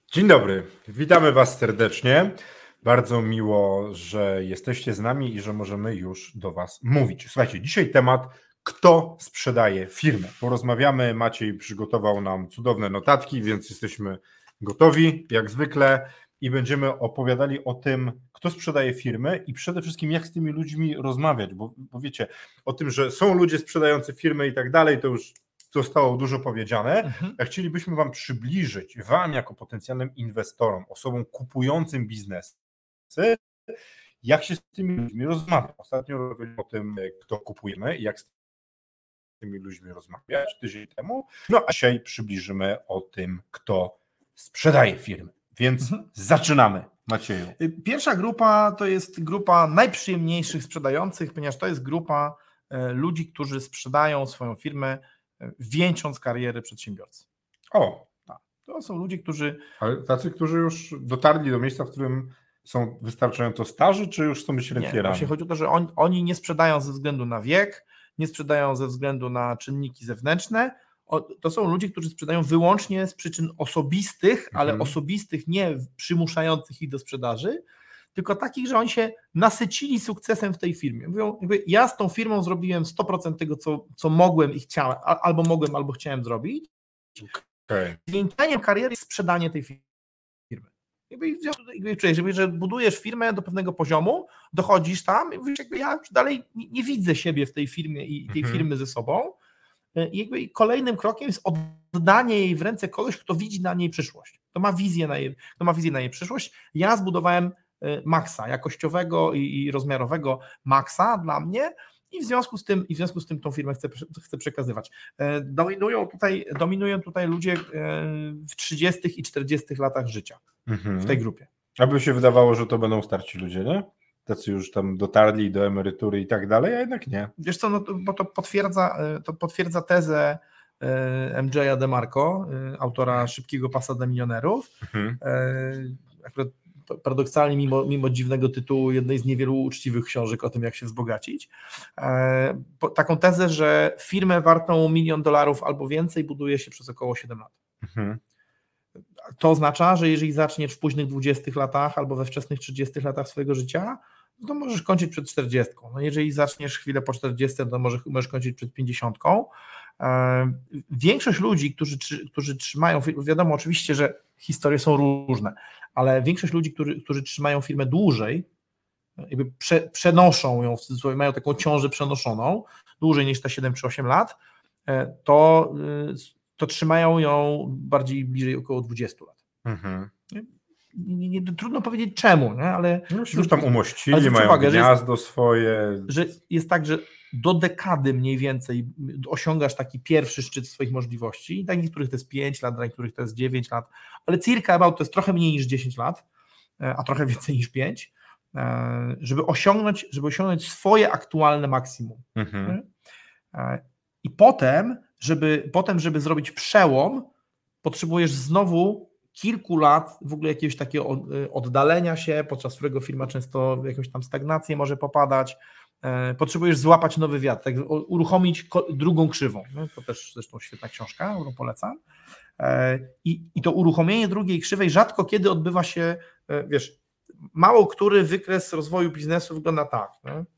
Dzień dobry, witamy Was serdecznie. Bardzo miło, że jesteście z nami i że możemy już do Was mówić. Słuchajcie, dzisiaj temat, kto sprzedaje firmę. Porozmawiamy, Maciej przygotował nam cudowne notatki, więc jesteśmy gotowi, jak zwykle, i będziemy opowiadali o tym, kto sprzedaje firmy i przede wszystkim jak z tymi ludźmi rozmawiać, bo wiecie, o tym, że są ludzie sprzedający firmy i tak dalej, to już zostało dużo powiedziane, a chcielibyśmy Wam przybliżyć, Wam jako potencjalnym inwestorom, osobom kupującym biznesy, jak się z tymi ludźmi rozmawia. Ostatnio rozmawialiśmy o tym, kto kupujemy i jak z tymi ludźmi rozmawiać tydzień temu, no a dzisiaj przybliżymy o tym, kto sprzedaje firmy. Więc zaczynamy, Macieju. Pierwsza grupa to jest grupa najprzyjemniejszych sprzedających, ponieważ to jest grupa ludzi, którzy sprzedają swoją firmę, wieńcząc karierę przedsiębiorcy. O, tak. To są ludzie, którzy... Ale tacy, którzy już dotarli do miejsca, w którym są wystarczająco starzy, czy już są być rentierami? Właśnie chodzi o to, że oni nie sprzedają ze względu na wiek, nie sprzedają ze względu na czynniki zewnętrzne. To są ludzie, którzy sprzedają wyłącznie z przyczyn osobistych, ale osobistych, nie przymuszających ich do sprzedaży, tylko takich, że oni się nasycili sukcesem w tej firmie. Mówią, jakby ja z tą firmą zrobiłem 100% tego, co mogłem i chciałem, albo mogłem, albo chciałem zrobić. Zwieńczeniem kariery jest sprzedanie tej firmy. Jakby czujesz, że budujesz firmę do pewnego poziomu, dochodzisz tam i mówisz, jakby ja już dalej nie widzę siebie w tej firmie i tej firmy ze sobą. I jakby kolejnym krokiem jest oddanie jej w ręce kogoś, kto widzi na niej przyszłość. Kto ma wizję na jej przyszłość. Ja zbudowałem maksa, jakościowego i rozmiarowego maksa dla mnie i w związku z tym tą firmę chcę przekazywać. Dominują tutaj ludzie w 30 i 40 latach życia w tej grupie. Aby się wydawało, że to będą starsi ludzie, nie? Tacy już tam dotarli do emerytury i tak dalej, a jednak nie. Wiesz co, no bo to potwierdza tezę MJ'a DeMarco, autora Szybkiego Pasa dla milionerów. Akurat paradoksalnie, mimo dziwnego tytułu, jednej z niewielu uczciwych książek o tym, jak się wzbogacić. Taką tezę, że firmę wartą $1 milion albo więcej buduje się przez około 7 lat. To oznacza, że jeżeli zaczniesz w późnych 20 latach albo we wczesnych 30 latach swojego życia, to możesz kończyć przed 40. No jeżeli zaczniesz chwilę po 40, to możesz kończyć przed 50. Większość ludzi, którzy trzymają, wiadomo oczywiście, że historie są różne, ale większość ludzi, którzy trzymają firmę dłużej, jakby przenoszą ją, w cudzysłowie, mają taką ciążę przenoszoną, dłużej niż te 7 czy 8 lat, to trzymają ją bardziej bliżej około 20 lat. Trudno powiedzieć czemu, nie? Ale już tam umościli, mają uwagę, gniazdo swoje. Że jest tak, że do dekady mniej więcej osiągasz taki pierwszy szczyt swoich możliwości. Dla niektórych to jest 5 lat, dla niektórych to jest 9 lat, ale circa about to jest trochę mniej niż 10 lat, a trochę więcej niż 5, żeby osiągnąć swoje aktualne maksimum. I potem, żeby zrobić przełom, potrzebujesz znowu kilku lat w ogóle jakiegoś takiego oddalenia się, podczas którego firma często w jakąś tam stagnację może popadać. Potrzebujesz złapać nowy wiatr, tak, uruchomić drugą krzywą. No, to też zresztą świetna książka, którą polecam. I to uruchomienie drugiej krzywej rzadko kiedy odbywa się, wiesz, mało który wykres rozwoju biznesu wygląda tak.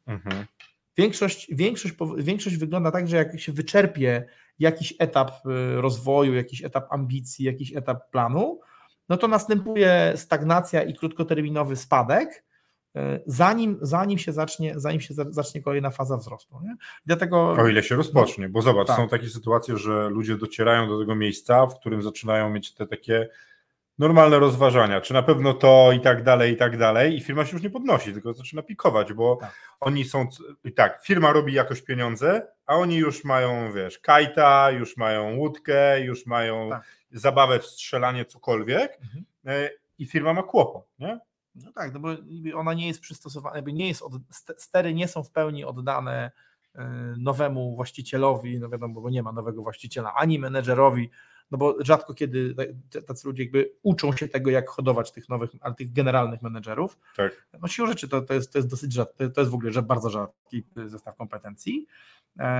Większość wygląda tak, że jak się wyczerpie jakiś etap rozwoju, jakiś etap ambicji, jakiś etap planu, no to następuje stagnacja i krótkoterminowy spadek, zanim się zacznie kolejna faza wzrostu. Nie? Dlatego, o ile się rozpocznie, bo zobacz, są takie sytuacje, że ludzie docierają do tego miejsca, w którym zaczynają mieć te takie normalne rozważania, czy na pewno to i tak dalej, i firma się już nie podnosi, tylko zaczyna pikować, bo oni są, firma robi jakoś pieniądze, a oni już mają, wiesz, kajta, już mają łódkę, już mają zabawę w strzelanie, cokolwiek, i firma ma kłopot, nie? No tak, no bo ona nie jest przystosowana, stery nie są w pełni oddane nowemu właścicielowi, no wiadomo, bo nie ma nowego właściciela, ani menedżerowi, no bo rzadko kiedy tacy ludzie jakby uczą się tego, jak hodować tych nowych, ale tych generalnych menedżerów. Tak. No siłą rzeczy to jest dosyć rzadki, to jest w ogóle bardzo rzadki zestaw kompetencji,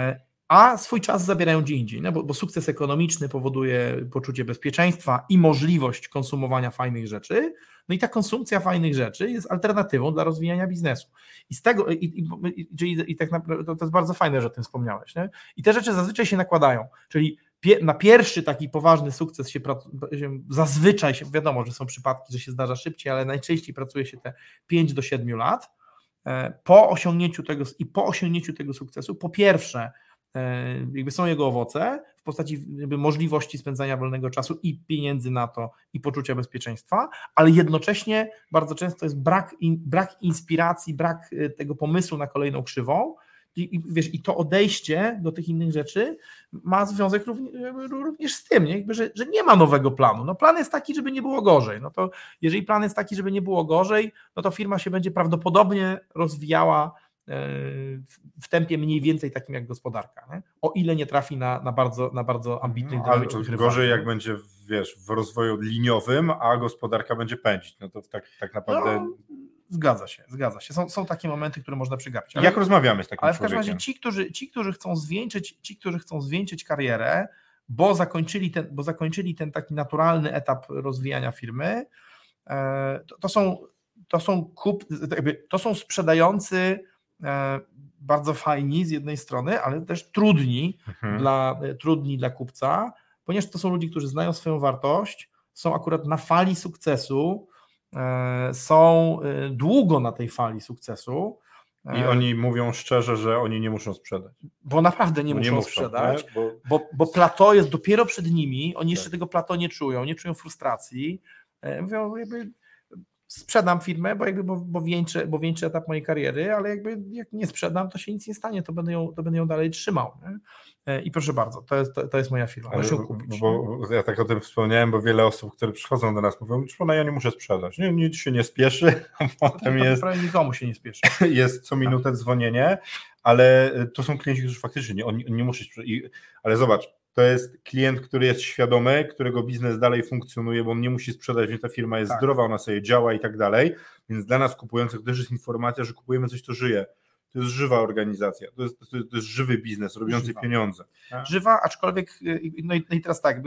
a swój czas zabierają gdzie indziej, no bo sukces ekonomiczny powoduje poczucie bezpieczeństwa i możliwość konsumowania fajnych rzeczy, no i ta konsumpcja fajnych rzeczy jest alternatywą dla rozwijania biznesu. I z tego, i tak naprawdę to jest bardzo fajne, że o tym wspomniałeś, nie? I te rzeczy zazwyczaj się nakładają, czyli na pierwszy taki poważny sukces zazwyczaj się, wiadomo, że są przypadki, że się zdarza szybciej, ale najczęściej pracuje się te 5 do 7 lat. Po osiągnięciu tego sukcesu, po pierwsze, jakby są jego owoce w postaci jakby możliwości spędzania wolnego czasu i pieniędzy na to i poczucia bezpieczeństwa, ale jednocześnie bardzo często jest brak inspiracji, brak tego pomysłu na kolejną krzywą. I to odejście do tych innych rzeczy ma związek również z tym, nie? Jakby, że nie ma nowego planu. No plan jest taki, żeby nie było gorzej. No to jeżeli plan jest taki, żeby nie było gorzej, no to firma się będzie prawdopodobnie rozwijała w tempie mniej więcej takim jak gospodarka, nie? O ile nie trafi na bardzo ambitnych, dynamicznych rywali. Gorzej jak będzie, w rozwoju liniowym, a gospodarka będzie pędzić. No to tak naprawdę... No, zgadza się. Są takie momenty, które można przegapić. Jak rozmawiamy z takim człowiekiem? człowiekiem? Ale w każdym razie ci, którzy chcą zwieńczyć karierę, bo zakończyli ten taki naturalny etap rozwijania firmy, to są sprzedający bardzo fajni z jednej strony, ale też trudni dla kupca, ponieważ to są ludzie, którzy znają swoją wartość, są akurat na fali sukcesu, są długo na tej fali sukcesu. I oni mówią szczerze, że oni nie muszą sprzedać. Bo naprawdę nie muszą sprzedać, bo plateau jest dopiero przed nimi, oni jeszcze tego plateau nie czują frustracji. Mówią, jakby sprzedam firmę, bo wieńczy etap mojej kariery, ale jak nie sprzedam, to się nic nie stanie, to będę ją dalej trzymał. Nie? I proszę bardzo, to jest moja firma, muszę ją kupić. Bo ja tak o tym wspomniałem, bo wiele osób, które przychodzą do nas, mówią, ja nie muszę sprzedać, nic się nie spieszy, a potem prawie nikomu się nie spieszy. Jest co minutę dzwonienie, ale to są klienci, którzy faktycznie nie muszą sprzedać, ale zobacz, to jest klient, który jest świadomy, którego biznes dalej funkcjonuje, bo on nie musi sprzedać, więc ta firma jest zdrowa, ona sobie działa i tak dalej, więc dla nas kupujących też jest informacja, że kupujemy coś, co żyje. To jest żywa organizacja, to jest żywy biznes, robiący pieniądze. Żywa, aczkolwiek, no i teraz tak,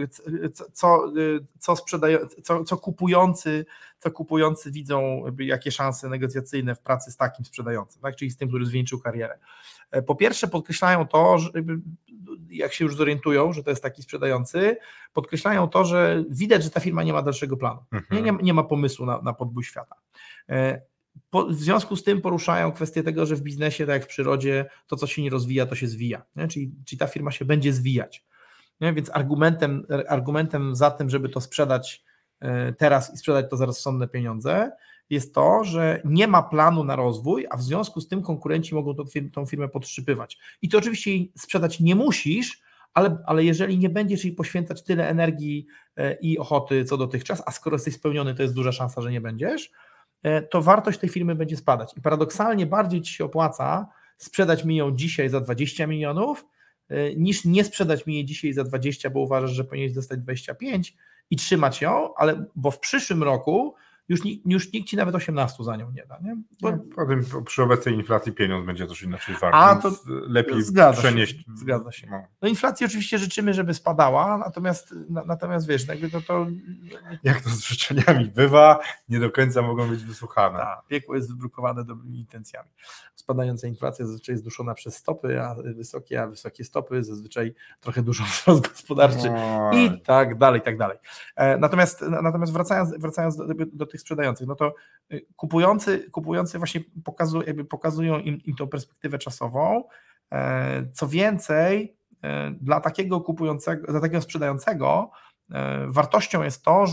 co kupujący widzą, jakie szanse negocjacyjne w pracy z takim sprzedającym, tak? Czyli z tym, który zwieńczył karierę. Po pierwsze podkreślają to, że jak się już zorientują, że to jest taki sprzedający, podkreślają to, że widać, że ta firma nie ma dalszego planu, nie ma pomysłu na podbój świata. W związku z tym poruszają kwestię tego, że w biznesie, tak jak w przyrodzie, to co się nie rozwija, to się zwija, nie? Czyli ta firma się będzie zwijać. Nie? Więc argumentem za tym, żeby to sprzedać teraz i sprzedać to za rozsądne pieniądze, jest to, że nie ma planu na rozwój, a w związku z tym konkurenci mogą tą firmę podszczypywać. I to oczywiście jej sprzedać nie musisz, ale jeżeli nie będziesz jej poświęcać tyle energii i ochoty co dotychczas, a skoro jesteś spełniony, to jest duża szansa, że nie będziesz, to wartość tej firmy będzie spadać. I paradoksalnie bardziej ci się opłaca sprzedać mi ją dzisiaj za 20 milionów, niż nie sprzedać mi jej dzisiaj za 20, bo uważasz, że powinieneś dostać 25 i trzymać ją, bo w przyszłym roku już nikt ci nawet 18 za nią nie da. Nie? Przy obecnej inflacji pieniądz będzie też inaczej wart, to lepiej przenieść. Zgadza się. No inflacji oczywiście życzymy, żeby spadała, natomiast wiesz, to... Jak to z życzeniami bywa, nie do końca mogą być wysłuchane. Tak, piekło jest wybrukowane dobrymi intencjami. Spadająca inflacja zazwyczaj jest duszona przez stopy, a wysokie stopy zazwyczaj trochę duszą wzrost gospodarczy i tak dalej, i tak dalej. Natomiast wracając do tych sprzedających, no to kupujący właśnie pokazują im tą perspektywę czasową. Co więcej, dla takiego kupującego, dla takiego sprzedającego wartością jest to,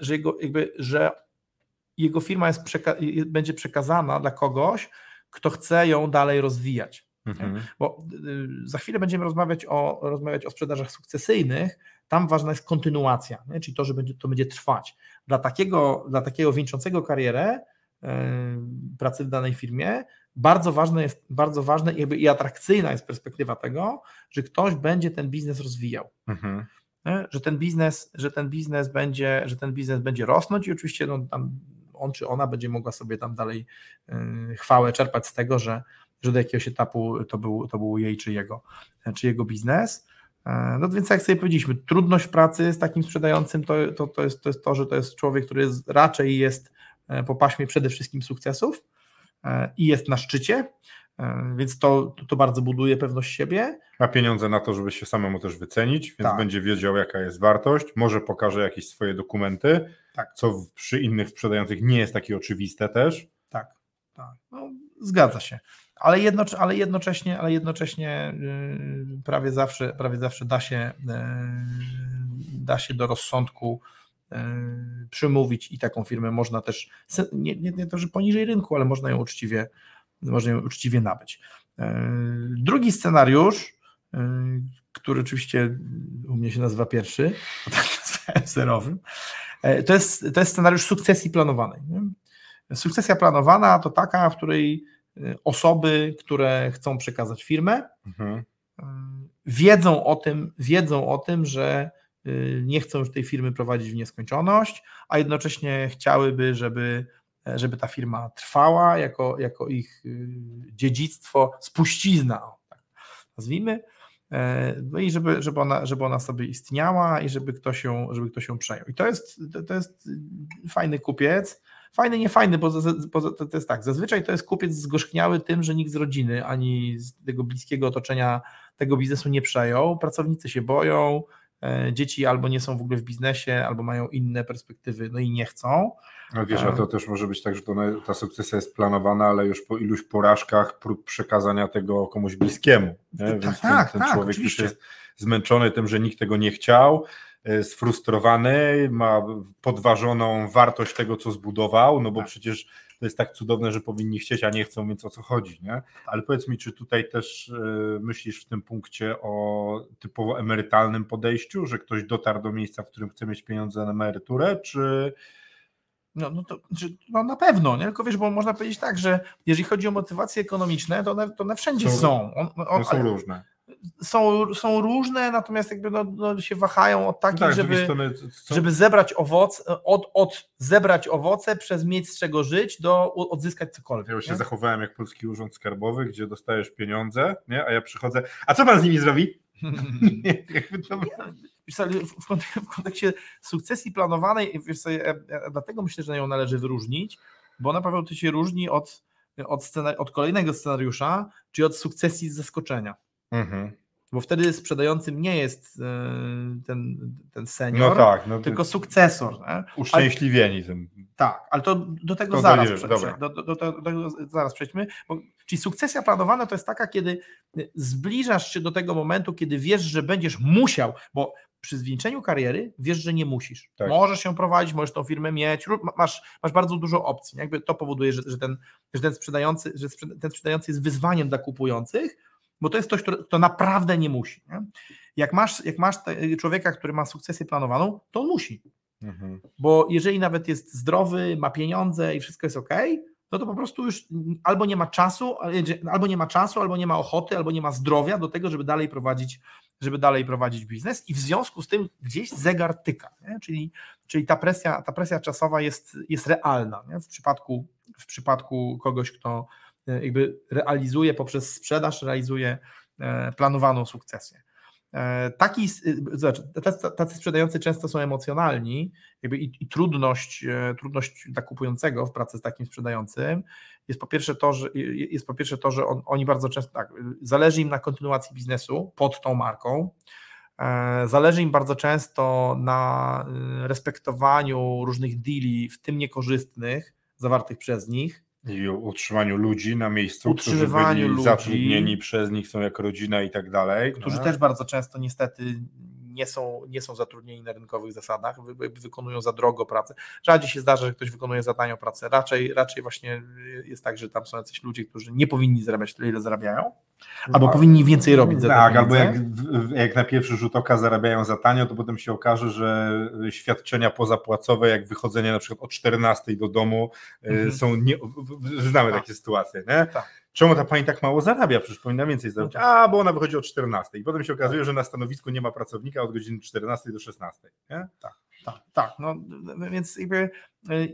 że jego firma będzie przekazana dla kogoś, kto chce ją dalej rozwijać. Bo za chwilę będziemy rozmawiać o sprzedażach sukcesyjnych, tam ważna jest kontynuacja, nie? Czyli to, że to będzie trwać. Dla takiego wieńczącego karierę pracy w danej firmie bardzo ważne i atrakcyjna jest perspektywa tego, że ktoś będzie ten biznes rozwijał. Że ten biznes będzie rosnąć i oczywiście on czy ona będzie mogła sobie tam dalej chwałę czerpać z tego, że do jakiegoś etapu to był jej czy jego biznes. No więc jak sobie powiedzieliśmy, trudność w pracy z takim sprzedającym to jest to, że to jest człowiek, który raczej jest po paśmie przede wszystkim sukcesów i jest na szczycie, więc to bardzo buduje pewność siebie. Ma pieniądze na to, żeby się samemu też wycenić, więc tak. będzie wiedział, jaka jest wartość, może pokaże jakieś swoje dokumenty, tak. co przy innych sprzedających nie jest takie oczywiste też. Tak. No, zgadza się. Ale jednocześnie prawie zawsze da się do rozsądku przymówić i taką firmę można też, nie to, że poniżej rynku, ale można ją uczciwie nabyć. Drugi scenariusz, który oczywiście u mnie się nazywa pierwszy, bo tak nazwałem zerowym, to jest scenariusz sukcesji planowanej. Nie? Sukcesja planowana to taka, w której osoby, które chcą przekazać firmę, wiedzą o tym, że nie chcą już tej firmy prowadzić w nieskończoność, a jednocześnie chciałyby, żeby ta firma trwała jako ich dziedzictwo, spuścizna, tak nazwijmy, no i żeby ona sobie istniała i żeby ktoś ją przejął. I to jest fajny kupiec. Fajny, nie fajny, bo to jest tak, zazwyczaj to jest kupiec zgorzkniały tym, że nikt z rodziny ani z tego bliskiego otoczenia tego biznesu nie przejął, pracownicy się boją, dzieci albo nie są w ogóle w biznesie, albo mają inne perspektywy, no i nie chcą. Ale wiesz, a to też może być tak, że ta sukcesja jest planowana, ale już po iluś porażkach prób przekazania tego komuś bliskiemu. Nie? Więc ten człowiek już jest zmęczony tym, że nikt tego nie chciał, sfrustrowany, ma podważoną wartość tego, co zbudował, no bo przecież to jest tak cudowne, że powinni chcieć, a nie chcą, więc o co chodzi, nie? Ale powiedz mi, czy tutaj też myślisz w tym punkcie o typowo emerytalnym podejściu, że ktoś dotarł do miejsca, w którym chce mieć pieniądze na emeryturę, czy... No na pewno, nie? Tylko wiesz, bo można powiedzieć tak, że jeżeli chodzi o motywacje ekonomiczne, to one wszędzie są. Są różne. Są różne, natomiast jakby się wahają od takich, żeby zebrać zebrać owoce, przez mieć z czego żyć, do odzyskać cokolwiek. Ja już się zachowałem jak Polski Urząd Skarbowy, gdzie dostajesz pieniądze, nie? A ja przychodzę, a co pan z nimi zrobi? W kontekście sukcesji planowanej, wiesz co, dlatego myślę, że ją należy wyróżnić, bo ona, Paweł, to się różni od kolejnego scenariusza, czyli od sukcesji z zaskoczenia. Bo wtedy sprzedającym nie jest ten senior, tylko sukcesor. Nie? Uszczęśliwieni tym. Tak, ale to do tego zaraz przejdźmy. Czyli sukcesja planowana to jest taka, kiedy zbliżasz się do tego momentu, kiedy wiesz, że będziesz musiał, bo przy zwieńczeniu kariery wiesz, że nie musisz. Tak. Możesz się prowadzić, możesz tą firmę mieć, masz bardzo dużo opcji. Jakby to powoduje, że ten sprzedający jest wyzwaniem dla kupujących, bo to jest ktoś, kto naprawdę nie musi. Nie? Jak masz człowieka, który ma sukcesję planowaną, to on musi. Bo jeżeli nawet jest zdrowy, ma pieniądze i wszystko jest okej, no to po prostu już albo nie ma czasu, albo nie ma ochoty, albo nie ma zdrowia do tego, żeby dalej prowadzić biznes i w związku z tym gdzieś zegar tyka. Nie? Czyli ta presja czasowa jest realna. Nie? W przypadku kogoś, kto jakby poprzez sprzedaż realizuje planowaną sukcesję. Tacy sprzedający często są emocjonalni, jakby i trudność dla kupującego w pracy z takim sprzedającym jest po pierwsze to, że oni bardzo często zależy im na kontynuacji biznesu pod tą marką, zależy im bardzo często na respektowaniu różnych deali, w tym niekorzystnych, zawartych przez nich. I o utrzymaniu ludzi na miejscu, którzy byli zatrudnieni przez nich, są jak rodzina i tak dalej. Którzy też bardzo często niestety nie są zatrudnieni na rynkowych zasadach, wykonują za drogo pracę. Rzadziej się zdarza, że ktoś wykonuje za tanio pracę. Raczej właśnie jest tak, że tam są jacyś ludzie, którzy nie powinni zarabiać tyle, ile zarabiają, albo powinni więcej robić za te pieniądze. Albo jak na pierwszy rzut oka zarabiają za tanio, to potem się okaże, że świadczenia pozapłacowe, jak wychodzenie na przykład o 14 do domu są znamy takie sytuacje, nie? Tak. Czemu ta pani tak mało zarabia? Przecież powinna więcej zarabiać. Bo ona wychodzi o 14 i potem się okazuje, że na stanowisku nie ma pracownika od godziny 14 do 16. Nie? Tak. No, więc jakby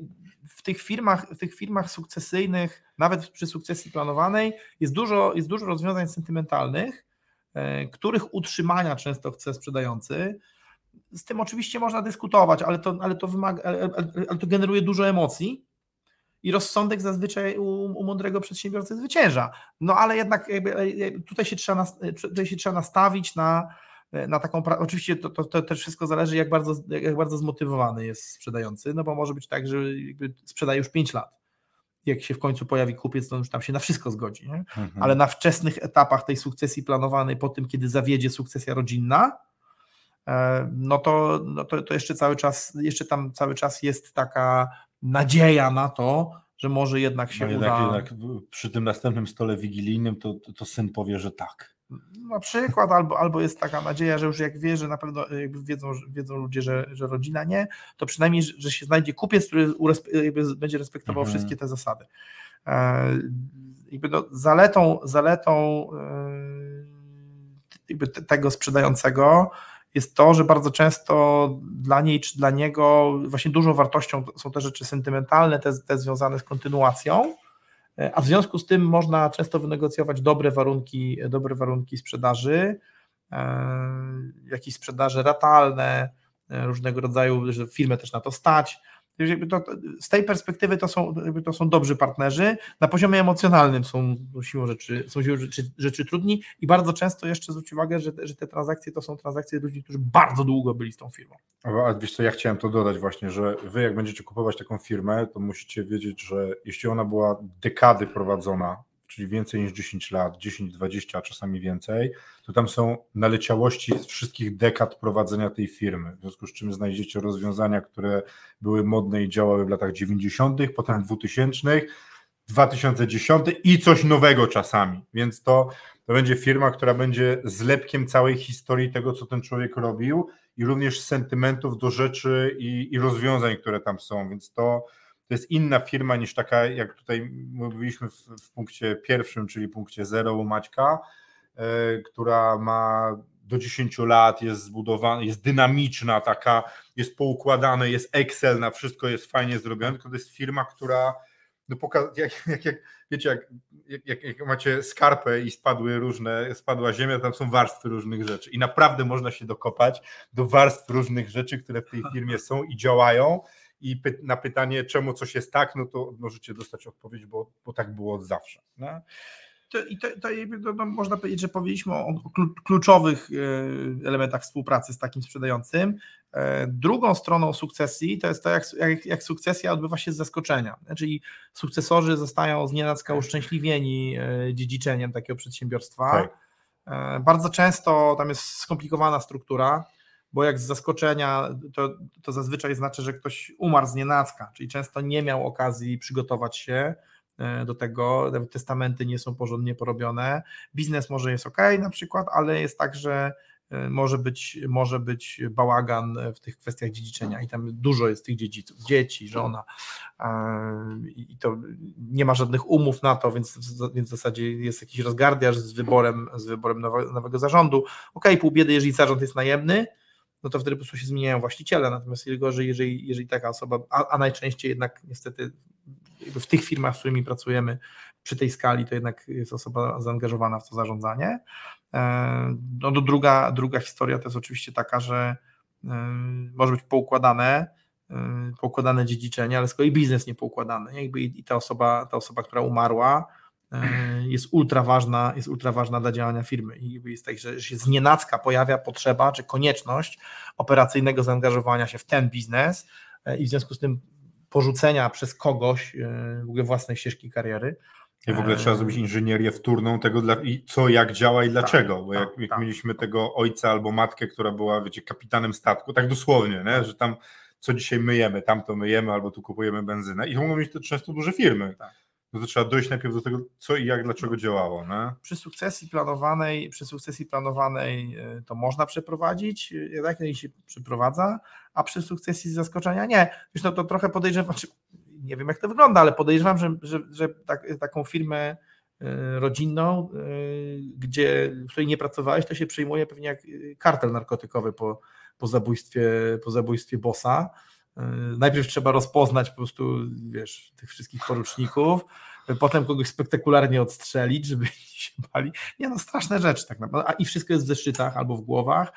w tych firmach sukcesyjnych, nawet przy sukcesji planowanej, jest dużo rozwiązań sentymentalnych, których utrzymania często chce sprzedający. Z tym oczywiście można dyskutować, ale to generuje dużo emocji i rozsądek zazwyczaj u mądrego przedsiębiorcy zwycięża. No ale jednak tutaj się trzeba nastawić na taką, oczywiście to też wszystko zależy, jak bardzo zmotywowany jest sprzedający, no bo może być tak, że sprzedaje już 5 lat. Jak się w końcu pojawi kupiec, to już tam się na wszystko zgodzi, nie? Ale na wczesnych etapach tej sukcesji planowanej, po tym, kiedy zawiedzie sukcesja rodzinna, no to jeszcze tam cały czas jest taka nadzieja na to, że może jednak się uda. Jednak przy tym następnym stole wigilijnym to syn powie, że tak. Na przykład, albo jest taka nadzieja, że już jak wie, że na pewno wiedzą ludzie, że rodzina nie, to przynajmniej, że się znajdzie kupiec, który będzie respektował wszystkie te zasady. Zaletą tego sprzedającego jest to, że bardzo często dla niej czy dla niego właśnie dużą wartością są te rzeczy sentymentalne, te związane z kontynuacją, a w związku z tym można często wynegocjować dobre warunki sprzedaży, jakieś sprzedaże ratalne, różnego rodzaju, że firmę też na to stać. Z tej perspektywy to są dobrzy partnerzy. Na poziomie emocjonalnym są siłą rzeczy trudni i bardzo często jeszcze zwróć uwagę, że te transakcje to są transakcje ludzi, którzy bardzo długo byli z tą firmą. A wiesz co, ja chciałem to dodać właśnie, że wy jak będziecie kupować taką firmę, to musicie wiedzieć, że jeśli ona była dekady prowadzona, czyli więcej niż 10 lat, 10, 20, a czasami więcej, to tam są naleciałości z wszystkich dekad prowadzenia tej firmy, w związku z czym znajdziecie rozwiązania, które były modne i działały w latach 90., potem 2000, 2010 i coś nowego czasami, więc to będzie firma, która będzie zlepkiem całej historii tego, co ten człowiek robił i również sentymentów do rzeczy i rozwiązań, które tam są, więc to jest inna firma niż taka, jak tutaj mówiliśmy w punkcie pierwszym, czyli punkcie 0 u Maćka, która ma do 10 lat, jest zbudowana, jest dynamiczna, taka, jest poukładane, jest Excel, na wszystko jest fajnie zrobione, to jest firma, która no wiecie, jak macie skarpę i spadła ziemia, tam są warstwy różnych rzeczy i naprawdę można się dokopać do warstw różnych rzeczy, które w tej firmie są i działają. I na pytanie, czemu coś jest tak, no to możecie dostać odpowiedź, bo tak było od zawsze. No? To można powiedzieć, że powiedzieliśmy o kluczowych elementach współpracy z takim sprzedającym. Drugą stroną sukcesji to jest to, jak sukcesja odbywa się z zaskoczenia. Czyli sukcesorzy zostają znienacka uszczęśliwieni dziedziczeniem takiego przedsiębiorstwa. Tak. Bardzo często tam jest skomplikowana struktura, bo jak z zaskoczenia to zazwyczaj znaczy, że ktoś umarł znienacka, czyli często nie miał okazji przygotować się do tego, testamenty nie są porządnie porobione, biznes może jest ok na przykład, ale jest tak, że może być bałagan w tych kwestiach dziedziczenia i tam dużo jest tych dziedziców, dzieci, żona i to nie ma żadnych umów na to, więc w zasadzie jest jakiś rozgardiaż z wyborem nowego zarządu. Pół biedy, jeżeli zarząd jest najemny, no to wtedy po prostu się zmieniają właściciele, natomiast jeżeli taka osoba, a najczęściej jednak niestety w tych firmach, z którymi pracujemy przy tej skali, to jednak jest osoba zaangażowana w to zarządzanie. No to druga historia to jest oczywiście taka, że może być poukładane dziedziczenie, ale z kolei biznes niepoukładany. I ta osoba, która umarła, jest ultra ważna dla działania firmy i jest tak, że się znienacka pojawia potrzeba czy konieczność operacyjnego zaangażowania się w ten biznes i w związku z tym porzucenia przez kogoś w ogóle własnej ścieżki kariery. I w ogóle trzeba zrobić inżynierię wtórną tego, co, jak działa i dlaczego, bo jak mieliśmy tego ojca albo matkę, która była, wiecie, kapitanem statku, tak dosłownie, nie? Że tam co dzisiaj myjemy, tam to myjemy albo tu kupujemy benzynę i mogą mieć to często duże firmy. Tak. No to trzeba dojść najpierw do tego, co i jak, dlaczego działało. Nie? Przy sukcesji planowanej to można przeprowadzić, jednak nie się przeprowadza, a przy sukcesji z zaskoczenia nie. Zresztą to trochę podejrzewam, nie wiem jak to wygląda, ale podejrzewam, że taką firmę rodzinną, w której nie pracowałeś, to się przyjmuje pewnie jak kartel narkotykowy po zabójstwie bossa. Najpierw trzeba rozpoznać po prostu, wiesz, tych wszystkich poruczników, potem kogoś spektakularnie odstrzelić, żeby się bali. Nie no, straszne rzeczy tak naprawdę. I wszystko jest w zeszytach albo w głowach,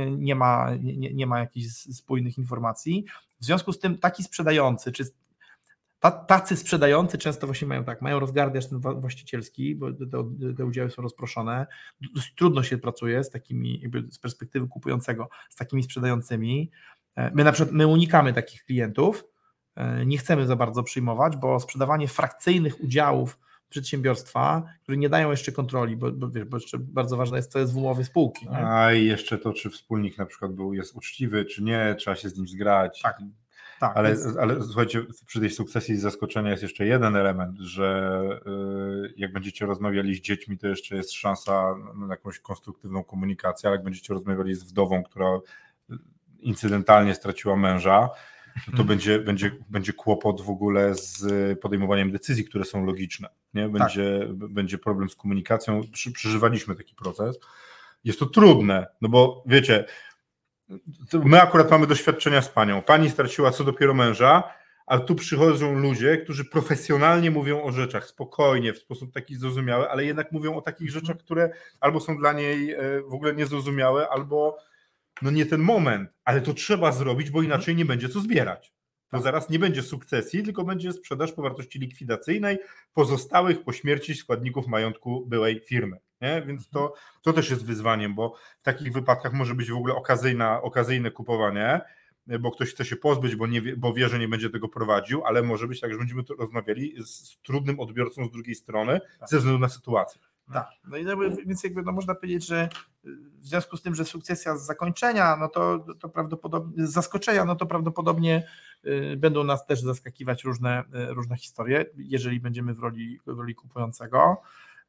nie ma jakichś spójnych informacji. W związku z tym taki sprzedający, czy tacy sprzedający często właśnie mają rozgardiasz ten właścicielski, bo te udziały są rozproszone. Dość trudno się pracuje z takimi, jakby z perspektywy kupującego, z takimi sprzedającymi. My unikamy takich klientów, nie chcemy za bardzo przyjmować, bo sprzedawanie frakcyjnych udziałów przedsiębiorstwa, które nie dają jeszcze kontroli, bo jeszcze bardzo ważne jest, co jest w umowie spółki. Nie? A i jeszcze to, czy wspólnik na przykład jest uczciwy, czy nie, trzeba się z nim zgrać. Tak, ale słuchajcie, przy tej sukcesji z zaskoczenia jest jeszcze jeden element, że jak będziecie rozmawiali z dziećmi, to jeszcze jest szansa na jakąś konstruktywną komunikację, ale jak będziecie rozmawiali z wdową, która incydentalnie straciła męża, to będzie kłopot w ogóle z podejmowaniem decyzji, które są logiczne. Nie? Będzie problem z komunikacją. Przeżywaliśmy taki proces. Jest to trudne, no bo wiecie, my akurat mamy doświadczenia z panią. Pani straciła co dopiero męża, a tu przychodzą ludzie, którzy profesjonalnie mówią o rzeczach spokojnie, w sposób taki zrozumiały, ale jednak mówią o takich rzeczach, które albo są dla niej w ogóle niezrozumiałe, albo no nie ten moment, ale to trzeba zrobić, bo inaczej nie będzie co zbierać. To zaraz nie będzie sukcesji, tylko będzie sprzedaż po wartości likwidacyjnej pozostałych po śmierci składników majątku byłej firmy. Nie? Więc to też jest wyzwaniem, bo w takich wypadkach może być w ogóle okazyjne kupowanie, bo ktoś chce się pozbyć, bo wie, że nie będzie tego prowadził, ale może być tak, że będziemy tu rozmawiali z trudnym odbiorcą z drugiej strony ze względu na sytuację. Tak, no i więc można powiedzieć, że w związku z tym, że sukcesja z zakończenia, no to prawdopodobnie z zaskoczenia, no to prawdopodobnie będą nas też zaskakiwać różne historie, jeżeli będziemy w roli kupującego.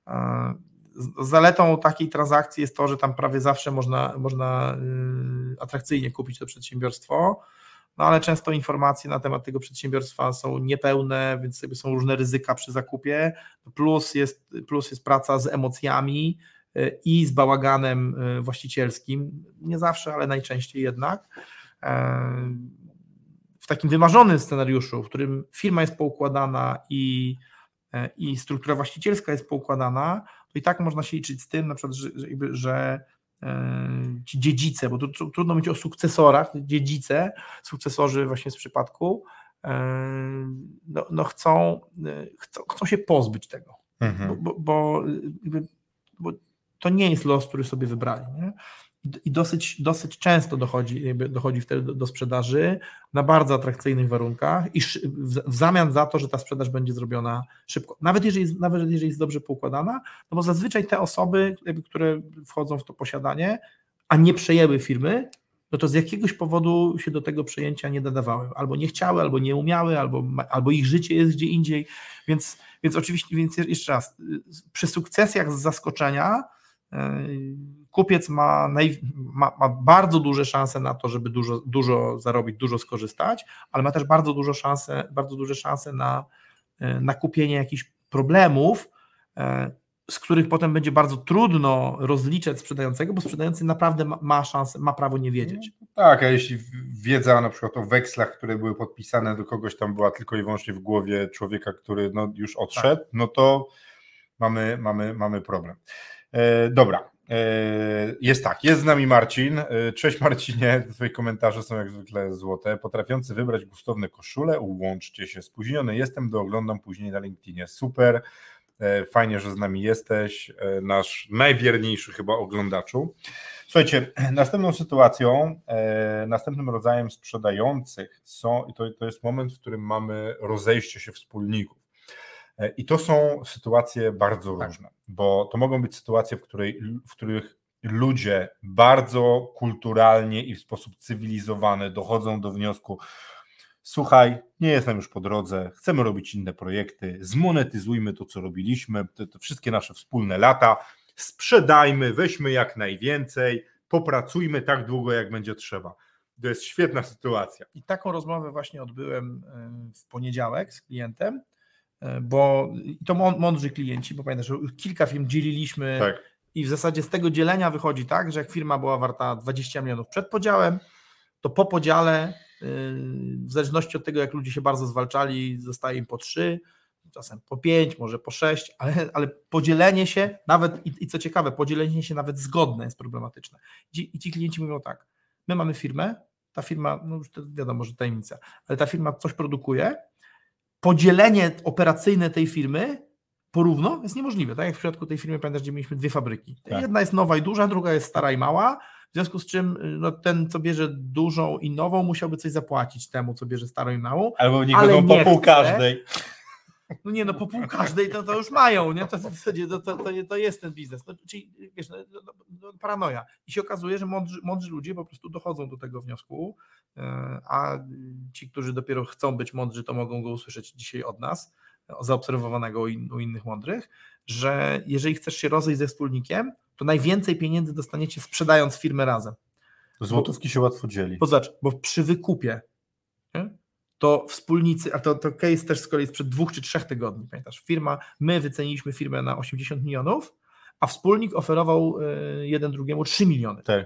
Zaletą takiej transakcji jest to, że tam prawie zawsze można atrakcyjnie kupić to przedsiębiorstwo, no ale często informacje na temat tego przedsiębiorstwa są niepełne, więc jakby są różne ryzyka przy zakupie, plus jest praca z emocjami i z bałaganem właścicielskim, nie zawsze, ale najczęściej jednak. W takim wymarzonym scenariuszu, w którym firma jest poukładana i struktura właścicielska jest poukładana, to i tak można się liczyć z tym, na przykład, że ci dziedzice, bo tu trudno mówić o sukcesorach, sukcesorzy właśnie z przypadku, no chcą się pozbyć tego, bo to nie jest los, który sobie wybrali. Nie? I dosyć często dochodzi wtedy do sprzedaży na bardzo atrakcyjnych warunkach i w zamian za to, że ta sprzedaż będzie zrobiona szybko. Nawet jeżeli jest dobrze poukładana, no bo zazwyczaj te osoby, które wchodzą w to posiadanie, a nie przejęły firmy, no to z jakiegoś powodu się do tego przejęcia nie nadawały. Albo nie chciały, albo nie umiały, albo ich życie jest gdzie indziej. Więc oczywiście, jeszcze raz, przy sukcesjach z zaskoczenia kupiec ma bardzo duże szanse na to, żeby dużo zarobić, dużo skorzystać, ale ma też bardzo duże szanse na kupienie jakichś problemów, z których potem będzie bardzo trudno rozliczać sprzedającego, bo sprzedający naprawdę ma szansę, ma prawo nie wiedzieć. Tak, a jeśli wiedza na przykład o wekslach, które były podpisane do kogoś tam była tylko i wyłącznie w głowie człowieka, który już odszedł, no to mamy problem. Dobra, jest z nami Marcin. Cześć Marcinie, twoje komentarze są jak zwykle złote. Potrafiący wybrać gustowne koszule, łączcie się. Spóźniony jestem, oglądam później na LinkedInie. Super, fajnie, że z nami jesteś, nasz najwierniejszy chyba oglądaczu. Słuchajcie, następnym rodzajem sprzedających to jest moment, w którym mamy rozejście się wspólników. I to są sytuacje bardzo różne, bo to mogą być sytuacje, w których ludzie bardzo kulturalnie i w sposób cywilizowany dochodzą do wniosku: słuchaj, nie jestem już po drodze, chcemy robić inne projekty, zmonetyzujmy to, co robiliśmy, te wszystkie nasze wspólne lata, sprzedajmy, weźmy jak najwięcej, popracujmy tak długo, jak będzie trzeba. To jest świetna sytuacja. I taką rozmowę właśnie odbyłem w poniedziałek z klientem, bo to mądrzy klienci, bo pamiętasz, że kilka firm dzieliliśmy i w zasadzie z tego dzielenia wychodzi tak, że jak firma była warta 20 milionów przed podziałem, to po podziale, w zależności od tego, jak ludzie się bardzo zwalczali, zostaje im po 3, czasem po 5, może po 6, ale podzielenie się nawet, i co ciekawe, podzielenie się nawet zgodne jest problematyczne. I ci klienci mówią tak, my mamy firmę, ta firma, no już to wiadomo, że tajemnica, ale ta firma coś produkuje, podzielenie operacyjne tej firmy porówno jest niemożliwe. Tak jak w przypadku tej firmy, pamiętasz, gdzie mieliśmy 2 fabryki. Tak. Jedna jest nowa i duża, druga jest stara i mała, w związku z czym no, ten, co bierze dużą i nową, musiałby coś zapłacić temu, co bierze starą i małą. Albo niech będą po pół każdej. No nie, no po pół każdej to już mają, nie? To w zasadzie to jest ten biznes. No, czyli wiesz, paranoja. I się okazuje, że mądrzy ludzie po prostu dochodzą do tego wniosku, a ci, którzy dopiero chcą być mądrzy, to mogą go usłyszeć dzisiaj od nas, zaobserwowanego u innych mądrych, że jeżeli chcesz się rozejść ze wspólnikiem, to najwięcej pieniędzy dostaniecie sprzedając firmę razem. Złotówki się łatwo dzieli. Bo przy wykupie, nie? To wspólnicy, a to case też z kolei sprzed 2 czy 3 tygodni, pamiętasz, my wyceniliśmy firmę na 80 milionów, a wspólnik oferował jeden drugiemu 3 miliony. Tak.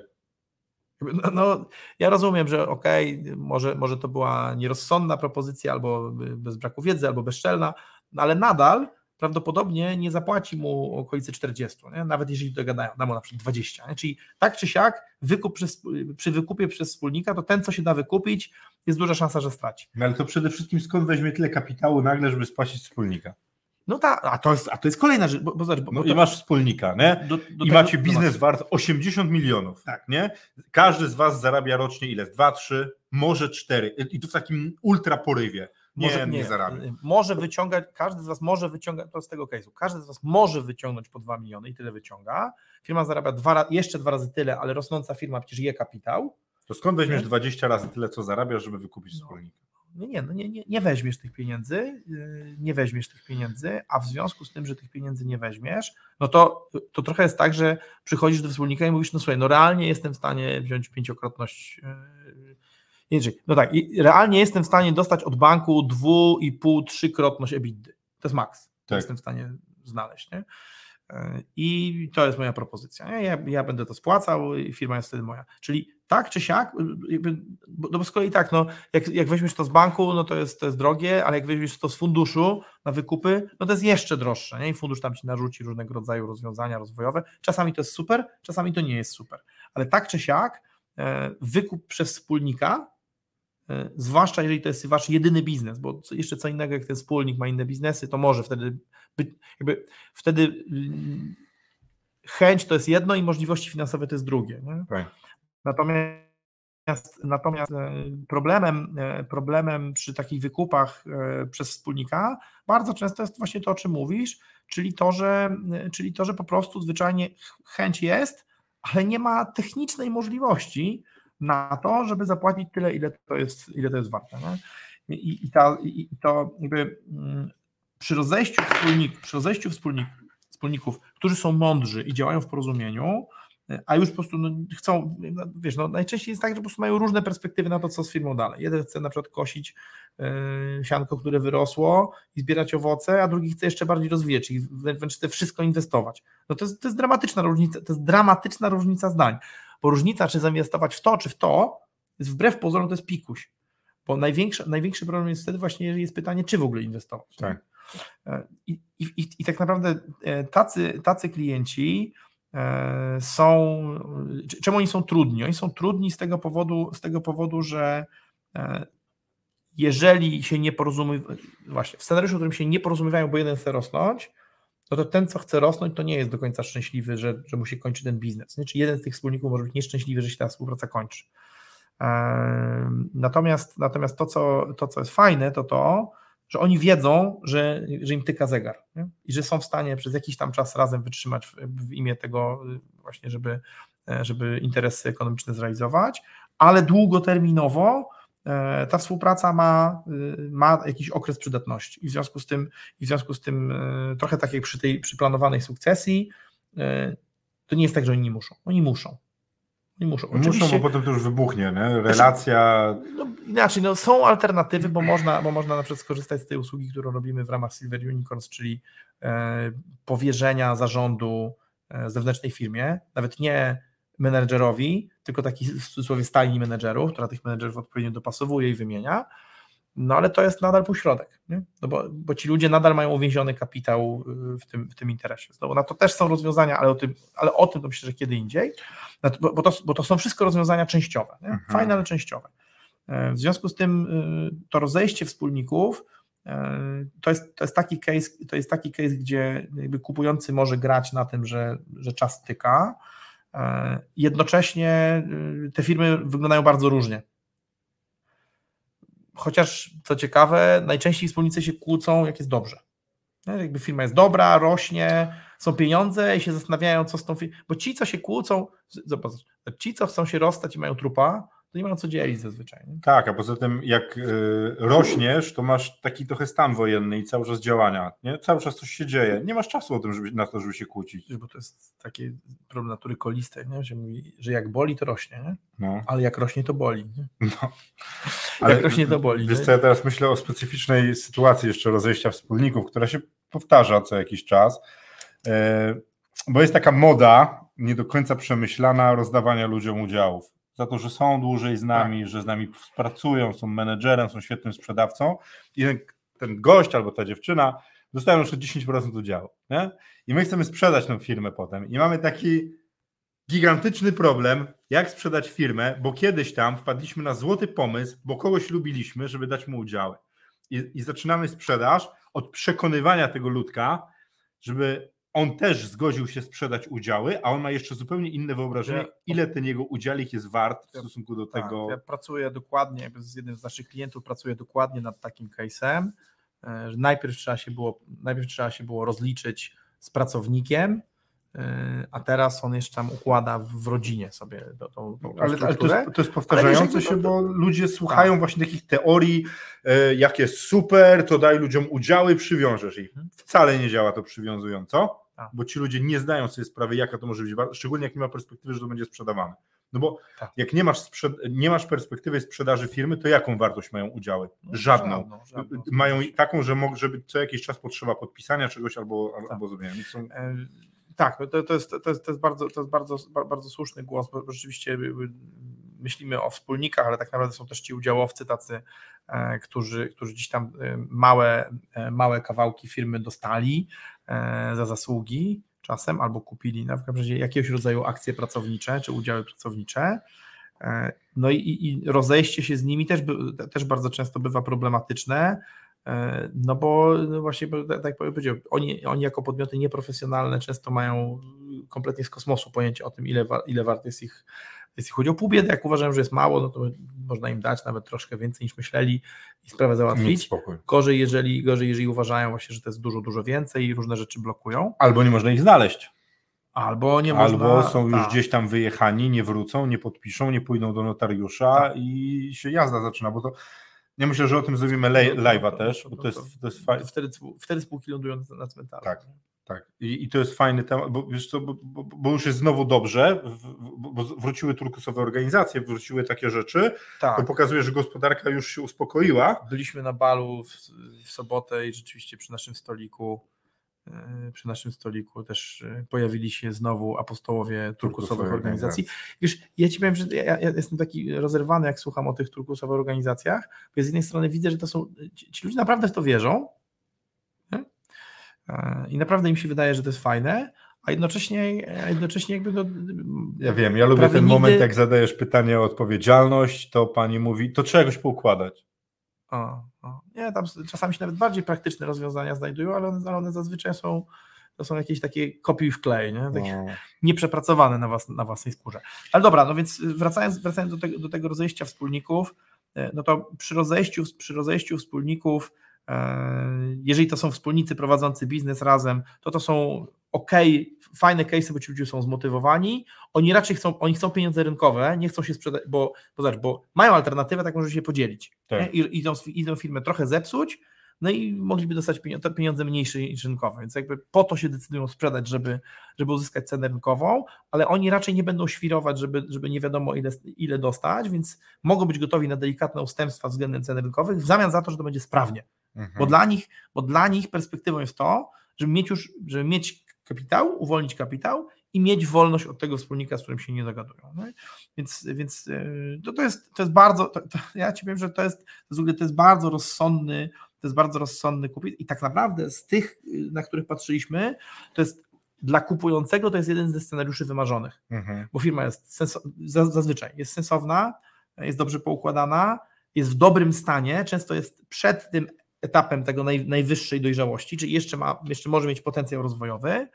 No, ja rozumiem, że może to była nierozsądna propozycja, albo bez braku wiedzy, albo bezczelna, no ale nadal prawdopodobnie nie zapłaci mu okolicy 40, nie? Nawet jeżeli dogadają, da mu na przykład 20. Nie? Czyli tak czy siak przy wykupie przez wspólnika, to ten, co się da wykupić, jest duża szansa, że straci. No ale to przede wszystkim skąd weźmie tyle kapitału nagle, żeby spłacić wspólnika? No tak, a to jest kolejna rzecz. I masz wspólnika, nie? I macie biznes wart 80 milionów, tak, nie? Każdy z was zarabia rocznie ile? 2, 3, może 4. I to w takim ultra porywie. Nie zarabia. Może wyciągać, każdy z was może wyciągać, to z tego case'u, każdy z was może wyciągnąć po 2 miliony i tyle wyciąga. Firma zarabia jeszcze 2 razy tyle, ale rosnąca firma przecież je kapitał. To skąd weźmiesz 20 razy tyle, co zarabiasz, żeby wykupić wspólnika? Nie weźmiesz tych pieniędzy, a w związku z tym, że tych pieniędzy nie weźmiesz, no to trochę jest tak, że przychodzisz do wspólnika i mówisz, no słuchaj, no realnie jestem w stanie wziąć 5-krotność, no tak, i realnie jestem w stanie dostać od banku 2,5-3-krotność EBITDA. To jest maks, to jestem w stanie znaleźć, nie? I to jest moja propozycja. Ja będę to spłacał i firma jest wtedy moja. Czyli tak czy siak, bo z kolei tak, no, jak weźmiesz to z banku, no to jest drogie, ale jak weźmiesz to z funduszu na wykupy, no to jest jeszcze droższe. Nie? I fundusz tam ci narzuci różnego rodzaju rozwiązania rozwojowe. Czasami to jest super, czasami to nie jest super. Ale tak czy siak wykup przez wspólnika, zwłaszcza jeżeli to jest wasz jedyny biznes, bo jeszcze co innego, jak ten wspólnik ma inne biznesy, to może wtedy chęć to jest jedno i możliwości finansowe to jest drugie. Nie? Okay. Natomiast problemem przy takich wykupach przez wspólnika bardzo często jest właśnie to, o czym mówisz, czyli to, że po prostu zwyczajnie chęć jest, ale nie ma technicznej możliwości na to, żeby zapłacić tyle, ile to jest warte. Nie? I to jakby przy rozejściu wspólników, którzy są mądrzy i działają w porozumieniu, a już po prostu chcą, wiesz, najczęściej jest tak, że po prostu mają różne perspektywy na to, co z firmą dalej. Jeden chce na przykład kosić sianko, które wyrosło i zbierać owoce, a drugi chce jeszcze bardziej rozwijać, czyli wręcz chce wszystko inwestować. No to jest dramatyczna różnica zdań, bo różnica, czy zainwestować w to, czy w to, jest wbrew pozorom, to jest pikuś, bo największy problem jest wtedy właśnie, jeżeli jest pytanie, czy w ogóle inwestować. Tak. I tak naprawdę tacy klienci są, czemu oni są trudni? Oni są trudni z tego powodu, że jeżeli się nie porozumiewają, właśnie w scenariuszu, w którym się nie porozumiewają, bo jeden chce rosnąć, no to ten, co chce rosnąć, to nie jest do końca szczęśliwy, że mu się kończy ten biznes. Nie? Czy jeden z tych wspólników może być nieszczęśliwy, że się ta współpraca kończy. Natomiast to, co jest fajne, to, że oni wiedzą, że im tyka zegar, nie? I że są w stanie przez jakiś tam czas razem wytrzymać w imię tego właśnie, żeby interesy ekonomiczne zrealizować, ale długoterminowo ta współpraca ma jakiś okres przydatności i w związku z tym trochę tak jak przy planowanej sukcesji, to nie jest tak, że oni nie muszą. Oni muszą. Oczywiście, bo potem to już wybuchnie, nie? Relacja... Inaczej, są alternatywy, bo można na przykład skorzystać z tej usługi, którą robimy w ramach Silver Unicorns, czyli powierzenia zarządu zewnętrznej firmie, nawet nie menedżerowi, tylko taki w cudzysłowie stajni menedżerów, która tych menedżerów odpowiednio dopasowuje i wymienia, no ale to jest nadal półśrodek, nie? No bo ci ludzie nadal mają uwięziony kapitał w tym interesie. Znowu, to też są rozwiązania, ale o tym to myślę, że kiedy indziej, bo to są wszystko rozwiązania częściowe, nie? Fajne, ale częściowe. W związku z tym to rozejście wspólników to jest taki case, gdzie jakby kupujący może grać na tym, że czas tyka. Jednocześnie te firmy wyglądają bardzo różnie. Chociaż, co ciekawe, najczęściej wspólnicy się kłócą, jak jest dobrze. Jakby firma jest dobra, rośnie, są pieniądze i się zastanawiają, co z tą firmą. Bo ci, co się kłócą, zobacz, ci, co chcą się rozstać i mają trupa, to nie mają co dzielić zazwyczaj. Nie? Tak, a poza tym jak rośniesz, to masz taki trochę stan wojenny i cały czas działania. Nie? Cały czas coś się dzieje. Nie masz czasu na to, żeby się kłócić. Bo to jest taki problem natury kolistej, nie? Że mówi, że jak boli, to rośnie, nie? No. Ale jak rośnie, to boli. Nie? No. Ale jak rośnie, to boli. Wiesz co, ja teraz myślę o specyficznej sytuacji jeszcze rozejścia wspólników, która się powtarza co jakiś czas, bo jest taka moda nie do końca przemyślana rozdawania ludziom udziałów. Za to, że są dłużej z nami, tak, że z nami współpracują, są menedżerem, są świetnym sprzedawcą i ten gość albo ta dziewczyna dostają już 10% udziału. Nie? I my chcemy sprzedać tę firmę potem i mamy taki gigantyczny problem, jak sprzedać firmę, bo kiedyś tam wpadliśmy na złoty pomysł, bo kogoś lubiliśmy, żeby dać mu udziały. I zaczynamy sprzedaż od przekonywania tego ludka, żeby on też zgodził się sprzedać udziały, a on ma jeszcze zupełnie inne wyobrażenie, ile ten jego udziałik jest wart w stosunku do tego. Ja pracuję dokładnie, z jednym z naszych klientów pracuję dokładnie nad takim case'em, że najpierw trzeba się było rozliczyć z pracownikiem, a teraz on jeszcze tam układa w rodzinie sobie tą ale to jest powtarzające się, bo ludzie słuchają właśnie takich teorii, jak jest super, to daj ludziom udziały, przywiążesz ich. Wcale nie działa to przywiązująco, bo ci ludzie nie zdają sobie sprawy, jaka to może być, szczególnie jak nie ma perspektywy, że to będzie sprzedawane. No bo jak nie masz perspektywy sprzedaży firmy, to jaką wartość mają udziały? Żadną. Mają taką, żeby co jakiś czas potrzeba podpisania czegoś albo zrobienia. Tak, to jest bardzo słuszny głos, bo rzeczywiście myślimy o wspólnikach, ale tak naprawdę są też ci udziałowcy tacy, którzy gdzieś tam małe kawałki firmy dostali za zasługi czasem albo kupili na przykład jakiegoś rodzaju akcje pracownicze czy udziały pracownicze. No i rozejście się z nimi też bardzo często bywa problematyczne. No bo właśnie, tak jak powiedziałem, oni jako podmioty nieprofesjonalne często mają kompletnie z kosmosu pojęcie o tym, ile wart jest ich udział. Pół biedy, jak uważają, że jest mało, no to można im dać nawet troszkę więcej niż myśleli i sprawę załatwić. Gorzej, jeżeli uważają właśnie, że to jest dużo, dużo więcej i różne rzeczy blokują. Albo nie można ich znaleźć. Albo są już gdzieś tam wyjechani, nie wrócą, nie podpiszą, nie pójdą do notariusza i się jazda zaczyna, bo to ja myślę, że o tym zrobimy live'a też, bo to jest fajne. Wtedy spółki lądują na cmentarzu. Tak. I to jest fajny temat, bo wiesz co, bo już jest znowu dobrze, bo wróciły turkusowe organizacje, wróciły takie rzeczy, to pokazuje, że gospodarka już się uspokoiła. Byliśmy na balu w sobotę i rzeczywiście przy naszym stoliku też pojawili się znowu apostołowie turkusowych organizacji. Wiesz, ja ci powiem, że ja jestem taki rozerwany, jak słucham o tych turkusowych organizacjach, bo z jednej strony widzę, że to są, ci ludzie naprawdę w to wierzą, nie? I naprawdę im się wydaje, że to jest fajne, a jednocześnie jakby ja wiem, ja lubię ten moment, jak zadajesz pytanie o odpowiedzialność, to pani mówi, to trzeba jakoś poukładać. Nie, tam czasami się nawet bardziej praktyczne rozwiązania znajdują, ale one zazwyczaj to są jakieś takie kopiuj w klej, nie? Takie nieprzepracowane na własnej skórze. Ale dobra, no więc wracając do tego rozejścia wspólników, no to przy rozejściu wspólników, jeżeli to są wspólnicy prowadzący biznes razem, to są fajne case'y, bo ci ludzie są zmotywowani, oni raczej chcą pieniądze rynkowe, nie chcą się sprzedać, bo mają alternatywę, tak może się podzielić. Tak. Idą firmę trochę zepsuć, no i mogliby dostać pieniądze mniejsze niż rynkowe, więc jakby po to się decydują sprzedać, żeby uzyskać cenę rynkową, ale oni raczej nie będą świrować, żeby nie wiadomo ile dostać, więc mogą być gotowi na delikatne ustępstwa względem cen rynkowych w zamian za to, że to będzie sprawnie. Bo dla nich perspektywą jest to, żeby mieć kapitał, uwolnić kapitał i mieć wolność od tego wspólnika, z którym się nie dogadują. No? Więc to jest bardzo, ja Ci powiem, że to jest bardzo rozsądny, kupiec i tak naprawdę z tych, na których patrzyliśmy, to jest dla kupującego to jest jeden ze scenariuszy wymarzonych, bo firma jest zazwyczaj jest sensowna, jest dobrze poukładana, jest w dobrym stanie, często jest przed tym etapem tego najwyższej dojrzałości, czyli jeszcze może mieć potencjał rozwojowy,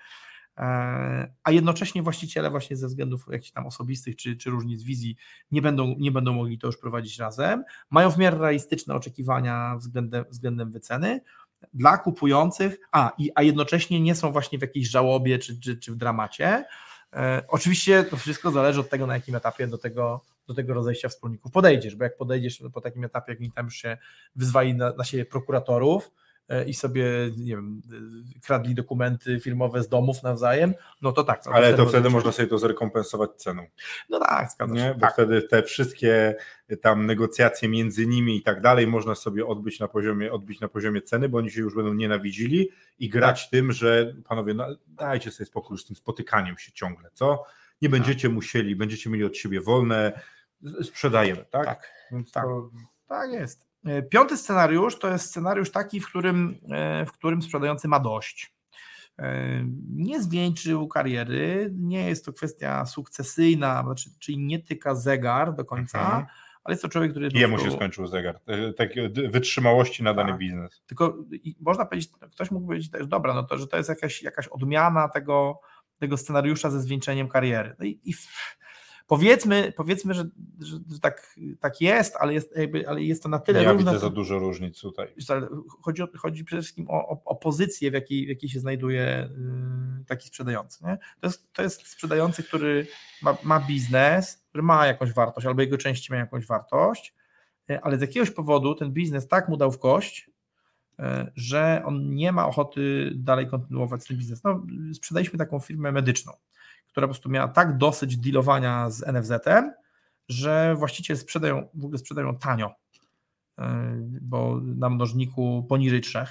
a jednocześnie właściciele właśnie ze względów jakichś tam osobistych czy różnic wizji nie będą mogli to już prowadzić razem, mają w miarę realistyczne oczekiwania względem wyceny dla kupujących, a jednocześnie nie są właśnie w jakiejś żałobie czy w dramacie. Oczywiście to wszystko zależy od tego, na jakim etapie do tego rozejścia wspólników podejdziesz, bo jak podejdziesz po takim etapie, jak oni tam już się wyzwali na siebie prokuratorów i sobie, nie wiem, kradli dokumenty firmowe z domów nawzajem, no to tak. Ale to wtedy można sobie to zrekompensować ceną. No tak, zgadza się. Bo wtedy te wszystkie tam negocjacje między nimi i tak dalej można sobie odbić na poziomie ceny, bo oni się już będą nienawidzili i grać tym, że panowie, no, dajcie sobie spokój z tym spotykaniem się ciągle, co? Nie będziecie musieli, będziecie mieli od siebie wolne, sprzedajemy, tak? Tak, więc tak jest. 5. scenariusz to jest scenariusz taki, w którym sprzedający ma dość. Nie zwieńczył kariery, nie jest to kwestia sukcesyjna, czyli nie tyka zegar do końca, ale jest to człowiek, który... Jemu się skończył zegar, wytrzymałości na dany biznes. Tylko można powiedzieć, ktoś mógł powiedzieć też, dobra, no to, że to jest jakaś odmiana tego scenariusza ze zwieńczeniem kariery. No i powiedzmy, że tak jest, ale jest to na tyle różne. Ja widzę za dużo różnic tutaj. Chodzi przede wszystkim o pozycję, w jakiej się znajduje taki sprzedający. Nie? To jest sprzedający, który ma biznes, który ma jakąś wartość, albo jego części mają jakąś wartość, ale z jakiegoś powodu ten biznes tak mu dał w kość, że on nie ma ochoty dalej kontynuować ten biznes. No, sprzedaliśmy taką firmę medyczną, która po prostu miała tak dosyć dealowania z NFZ-em, że właściciele sprzedają tanio, bo na mnożniku poniżej 3,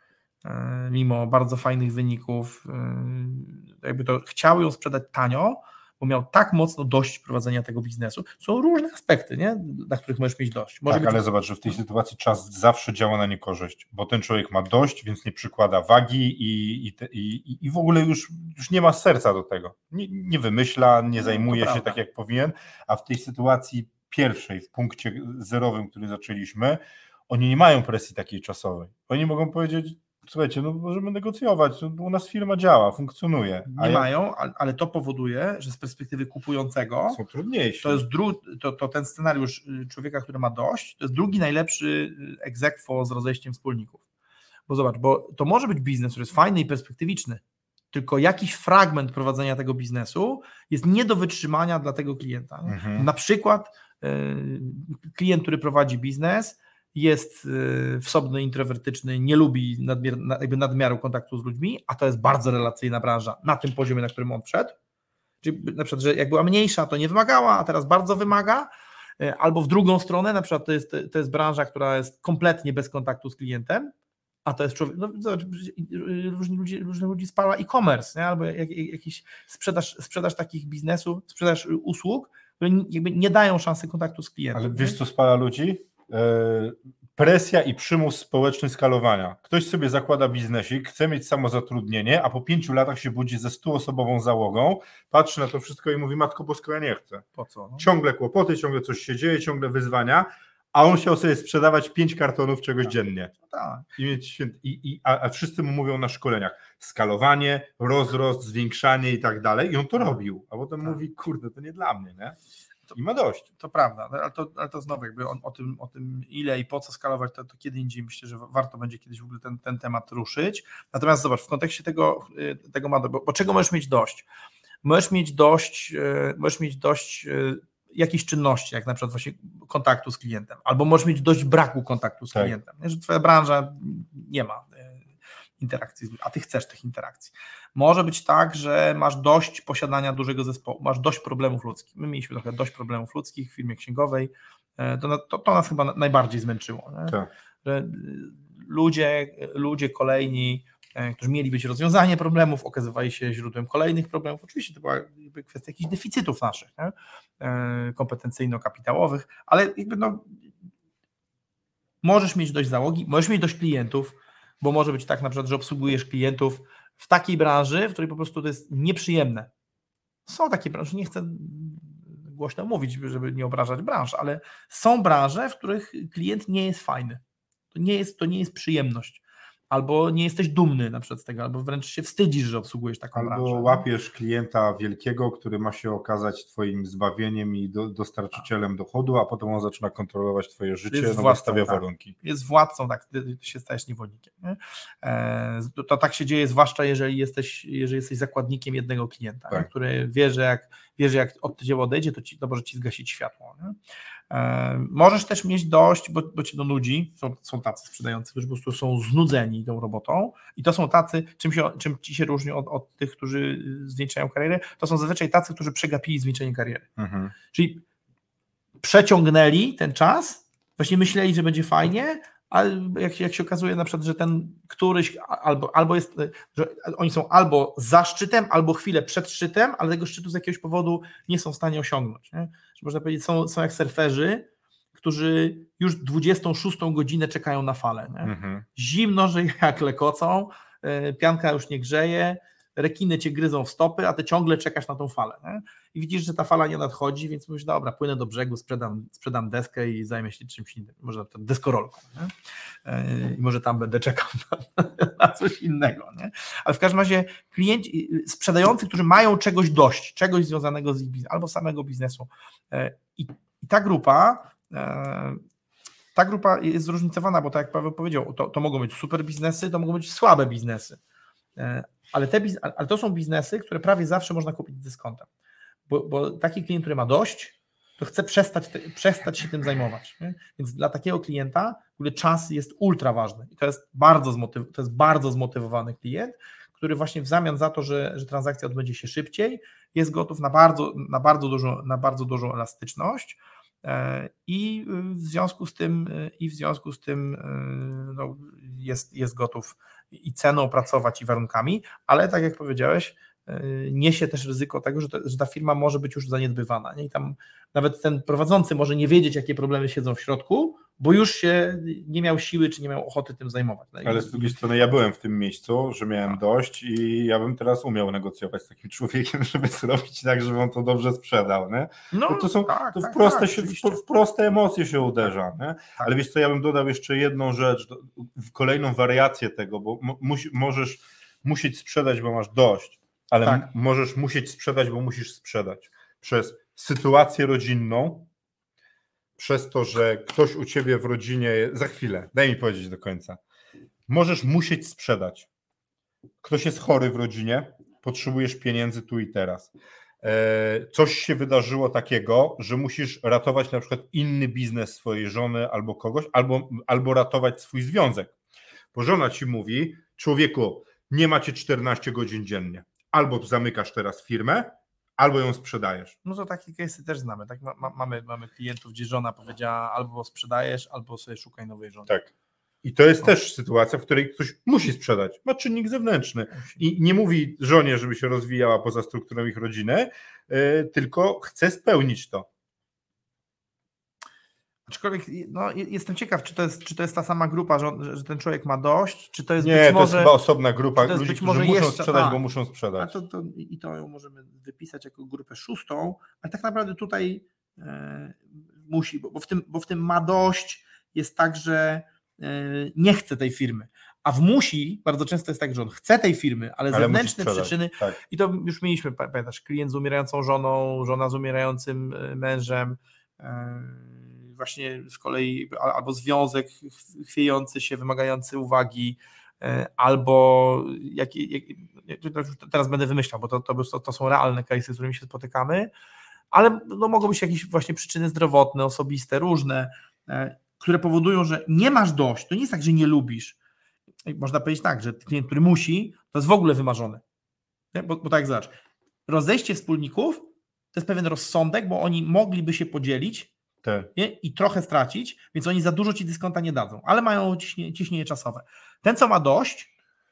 mimo bardzo fajnych wyników, jakby to chciały ją sprzedać tanio, bo miał tak mocno dość prowadzenia tego biznesu. Są różne aspekty, nie? Na których możesz mieć dość. Ale zobacz, że w tej sytuacji czas zawsze działa na niekorzyść, bo ten człowiek ma dość, więc nie przykłada wagi i w ogóle już nie ma serca do tego. Nie wymyśla, nie zajmuje się tak jak powinien, a w tej sytuacji pierwszej, w punkcie zerowym, który zaczęliśmy, oni nie mają presji takiej czasowej. Oni mogą powiedzieć, słuchajcie, no możemy negocjować, u nas firma działa, funkcjonuje. Mają, ale to powoduje, że z perspektywy kupującego są trudniejsi. To ten scenariusz człowieka, który ma dość, to jest drugi najlepszy ex aequo z rozejściem wspólników. Bo zobacz, bo to może być biznes, który jest fajny i perspektywiczny, tylko jakiś fragment prowadzenia tego biznesu jest nie do wytrzymania dla tego klienta. Na przykład klient, który prowadzi biznes, jest wsobny, introwertyczny, nie lubi nadmiaru kontaktu z ludźmi, a to jest bardzo relacyjna branża na tym poziomie, na którym on wszedł. Czyli na przykład, że jak była mniejsza, to nie wymagała, a teraz bardzo wymaga, albo w drugą stronę, na przykład to jest branża, która jest kompletnie bez kontaktu z klientem, a to jest człowiek, no zobacz, różnych ludzi spala e-commerce, nie? Albo jakiś sprzedaż takich biznesów, sprzedaż usług, które jakby nie dają szansy kontaktu z klientem. Ale wiesz, co spala ludzi? Presja i przymus społeczny skalowania. Ktoś sobie zakłada biznesik, chce mieć samozatrudnienie, a po 5 latach się budzi ze 100-osobową załogą, patrzy na to wszystko i mówi, Matko Bosko, ja nie chcę. Po co? No? Ciągle kłopoty, ciągle coś się dzieje, ciągle wyzwania, a on chciał sobie sprzedawać 5 kartonów czegoś dziennie. Tak. A wszyscy mu mówią na szkoleniach, skalowanie, rozrost, zwiększanie i tak dalej, i on to robił, a potem mówi, kurde, to nie dla mnie, nie? I ma dość. To prawda, ale to znowu jakby o tym ile i po co skalować, to kiedy indziej myślę, że warto będzie kiedyś w ogóle ten temat ruszyć. Natomiast zobacz, w kontekście tego bo czego możesz mieć dość? Możesz mieć dość jakiejś czynności, jak na przykład właśnie kontaktu z klientem, albo możesz mieć dość braku kontaktu z klientem, że twoja branża nie ma interakcji, a ty chcesz tych interakcji. Może być tak, że masz dość posiadania dużego zespołu, masz dość problemów ludzkich. My mieliśmy trochę dość problemów ludzkich w firmie księgowej, to nas chyba najbardziej zmęczyło. Tak. Że ludzie kolejni którzy mieli być rozwiązaniem problemów, okazywali się źródłem kolejnych problemów. Oczywiście to była kwestia jakichś deficytów naszych, nie? Kompetencyjno-kapitałowych, ale możesz mieć dość załogi, możesz mieć dość klientów, bo może być tak na przykład, że obsługujesz klientów w takiej branży, w której po prostu to jest nieprzyjemne. Są takie branże, nie chcę głośno mówić, żeby nie obrażać branż, ale są branże, w których klient nie jest fajny. To nie jest przyjemność. Albo nie jesteś dumny na przykład z tego, albo wręcz się wstydzisz, że obsługujesz taką branżę. Albo łapiesz klienta wielkiego, który ma się okazać twoim zbawieniem i dostarczycielem dochodu, a potem on zaczyna kontrolować twoje życie, nastawia warunki. Jest władcą, tak, ty się stajesz niewolnikiem. Nie? To tak się dzieje, zwłaszcza jeżeli jesteś zakładnikiem jednego klienta, tak. Który wie, że jak od ciebie odejdzie, to może ci zgasić światło. Nie? Możesz też mieć dość, bo cię to nudzi. Są tacy sprzedający, którzy po prostu są znudzeni tą robotą i to są tacy, czym ci się różnią od tych, którzy zwieńczają karierę, to są zazwyczaj tacy, którzy przegapili zwieńczenie kariery. Czyli przeciągnęli ten czas, właśnie myśleli, że będzie fajnie, ale jak się okazuje na przykład, że ten któryś albo jest, że oni są albo za szczytem, albo chwilę przed szczytem, ale tego szczytu z jakiegoś powodu nie są w stanie osiągnąć. Nie? Że można powiedzieć, są jak surferzy, którzy już 26 godzinę czekają na falę. Nie? Zimno, że jak lekocą, pianka już nie grzeje, rekiny cię gryzą w stopy, a ty ciągle czekasz na tą falę. Nie? I widzisz, że ta fala nie nadchodzi, więc mówisz, dobra, płynę do brzegu, sprzedam deskę i zajmę się czymś innym, może na przykład deskorolką. Nie? I może tam będę czekał na coś innego. Nie? Ale w każdym razie klienci, sprzedający, którzy mają czegoś dość, czegoś związanego z ich biznesem, albo samego biznesu. I ta grupa jest zróżnicowana, bo tak jak Paweł powiedział, to mogą być super biznesy, to mogą być słabe biznesy. Ale to są biznesy, które prawie zawsze można kupić z dyskontem. Bo taki klient, który ma dość, to chce przestać się tym zajmować. Nie? Więc dla takiego klienta w ogóle czas jest ultra ważny. I to jest bardzo zmotywowany klient, który właśnie w zamian za to, że transakcja odbędzie się szybciej, jest gotów na bardzo dużą elastyczność. I w związku z tym jest gotów i ceną pracować, i warunkami, ale tak jak powiedziałeś, niesie też ryzyko tego, że ta firma może być już zaniedbywana. Nie? I tam nawet ten prowadzący może nie wiedzieć, jakie problemy siedzą w środku, bo już się nie miał siły, czy nie miał ochoty tym zajmować. No ale z drugiej strony ja byłem w tym miejscu, że miałem dość i ja bym teraz umiał negocjować z takim człowiekiem, żeby zrobić tak, żeby on to dobrze sprzedał. Nie? W proste emocje się uderza. Nie? Ale wiesz co, ja bym dodał jeszcze jedną rzecz, kolejną wariację tego, bo możesz musieć sprzedać, bo masz dość, ale możesz musieć sprzedać, bo musisz sprzedać. Przez sytuację rodzinną, przez to, że ktoś u ciebie w rodzinie, za chwilę, daj mi powiedzieć do końca, możesz musieć sprzedać. Ktoś jest chory w rodzinie, potrzebujesz pieniędzy tu i teraz. Coś się wydarzyło takiego, że musisz ratować na przykład inny biznes swojej żony albo kogoś, albo ratować swój związek. Bo żona ci mówi, człowieku, nie macie 14 godzin dziennie. Albo zamykasz teraz firmę, albo ją sprzedajesz. No to takie case'y też znamy. Tak? Mamy klientów, gdzie żona powiedziała, albo sprzedajesz, albo sobie szukaj nowej żony. Tak. I to jest też sytuacja, w której ktoś musi sprzedać. Ma czynnik zewnętrzny. I nie mówi żonie, żeby się rozwijała poza strukturą ich rodziny, tylko chce spełnić to. Aczkolwiek jestem ciekaw, czy to jest ta sama grupa, że ten człowiek ma dość, czy to jest to jest chyba osobna grupa ludzi, którzy muszą sprzedać, bo muszą sprzedać. I to ją możemy wypisać jako grupę szóstą, ale tak naprawdę tutaj musi, bo w tym ma dość jest tak, że nie chce tej firmy. A w musi bardzo często jest tak, że on chce tej firmy, ale zewnętrzne przyczyny, i to już mieliśmy, pamiętasz, klient z umierającą żoną, żona z umierającym mężem, właśnie z kolei albo związek chwiejący się, wymagający uwagi, albo teraz będę wymyślał, bo to są realne case'y, z którymi się spotykamy, ale mogą być jakieś właśnie przyczyny zdrowotne, osobiste, różne, które powodują, że nie masz dość. To nie jest tak, że nie lubisz. Można powiedzieć tak, że klient, który musi, to jest w ogóle wymarzony. Bo tak zobacz, rozejście wspólników to jest pewien rozsądek, bo oni mogliby się podzielić i trochę stracić, więc oni za dużo ci dyskonta nie dadzą, ale mają ciśnienie czasowe. Ten, co ma dość,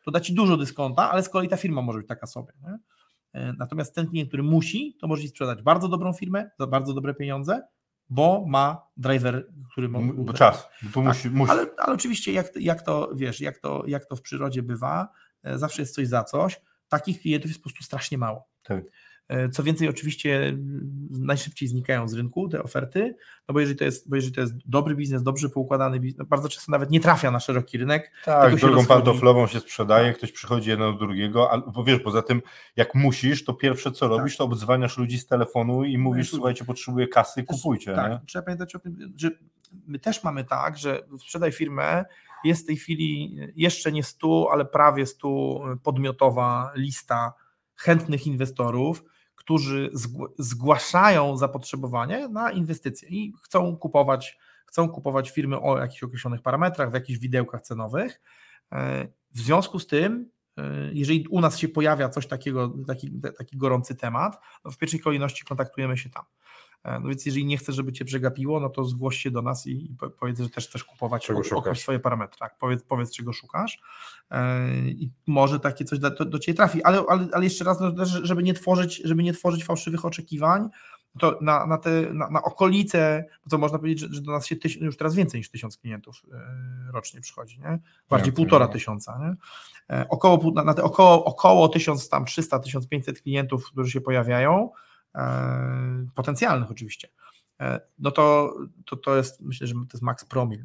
to da ci dużo dyskonta, ale z kolei ta firma może być taka sobie. Nie? Natomiast ten klient, który musi, to może ci sprzedać bardzo dobrą firmę za bardzo dobre pieniądze, bo ma driver, który ma... Bo czas, bo musi. Ale oczywiście jak to w przyrodzie bywa, zawsze jest coś za coś. Takich klientów jest po prostu strasznie mało. Tak. Co więcej, oczywiście najszybciej znikają z rynku te oferty, no bo jeżeli to jest dobry biznes, dobrze poukładany biznes, bardzo często nawet nie trafia na szeroki rynek. Tak, drogą pantoflową się sprzedaje, ktoś przychodzi jedno do drugiego, bo wiesz, poza tym jak musisz, to pierwsze co robisz, to obdzwaniasz ludzi z telefonu i mówisz, słuchajcie, potrzebuję kasy, kupujcie. Tak, nie? Trzeba pamiętać o tym, że my też mamy tak, że sprzedaj firmę, jest w tej chwili jeszcze nie 100, ale prawie 100 podmiotowa lista chętnych inwestorów, którzy zgłaszają zapotrzebowanie na inwestycje i chcą kupować firmy o jakichś określonych parametrach, w jakichś widełkach cenowych. W związku z tym, jeżeli u nas się pojawia coś takiego, taki gorący temat, no w pierwszej kolejności kontaktujemy się tam. No więc jeżeli nie chcesz, żeby cię przegapiło, no to zgłoś się do nas i powiedz, że też chcesz kupować swoje parametry. Tak, powiedz, czego szukasz i może takie coś do ciebie trafi, ale jeszcze raz, żeby nie tworzyć fałszywych oczekiwań, to na okolice, bo to można powiedzieć, że do nas się już teraz więcej niż 1000 klientów rocznie przychodzi, nie? Bardziej 1500, nie? Około 1300-1500 klientów, którzy się pojawiają, potencjalnych oczywiście, no to jest, myślę, że to jest max promil.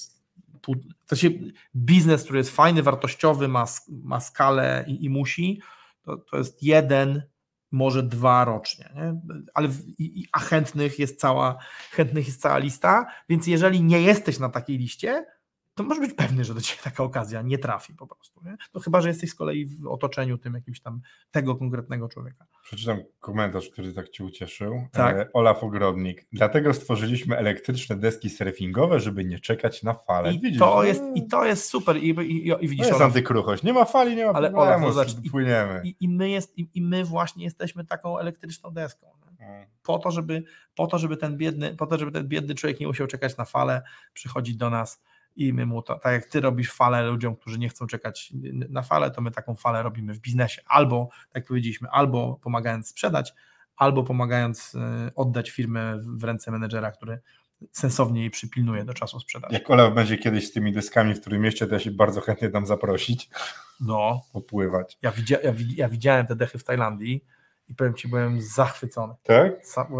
To się biznes, który jest fajny, wartościowy, ma skalę i musi, to jest 1, może 2 rocznie, nie? Ale a chętnych jest cała lista, więc jeżeli nie jesteś na takiej liście, to możesz być pewny, że do ciebie taka okazja nie trafi po prostu. Nie? No chyba, że jesteś z kolei w otoczeniu tym jakimś tam tego konkretnego człowieka. Przeczytam komentarz, który tak cię ucieszył. Tak. Olaf Ogrodnik. Dlatego stworzyliśmy elektryczne deski surfingowe, żeby nie czekać na falę. I to jest super. I widzisz, to jest antykruchość. Nie ma fali, nie ma problemu, płyniemy. I my właśnie jesteśmy taką elektryczną deską. Po to, żeby ten biedny człowiek nie musiał czekać na falę, przychodzić do nas i my mu to, tak jak ty robisz falę ludziom, którzy nie chcą czekać na falę, to my taką falę robimy w biznesie. Albo, tak jak powiedzieliśmy, albo pomagając sprzedać, albo pomagając oddać firmę w ręce menedżera, który sensownie jej przypilnuje do czasu sprzedaży. Jak Olaf będzie kiedyś z tymi deskami w którym mieście, to ja się bardzo chętnie tam zaprosić. No. Popływać. Ja widziałem te dechy w Tajlandii i powiem ci, byłem zachwycony. Tak?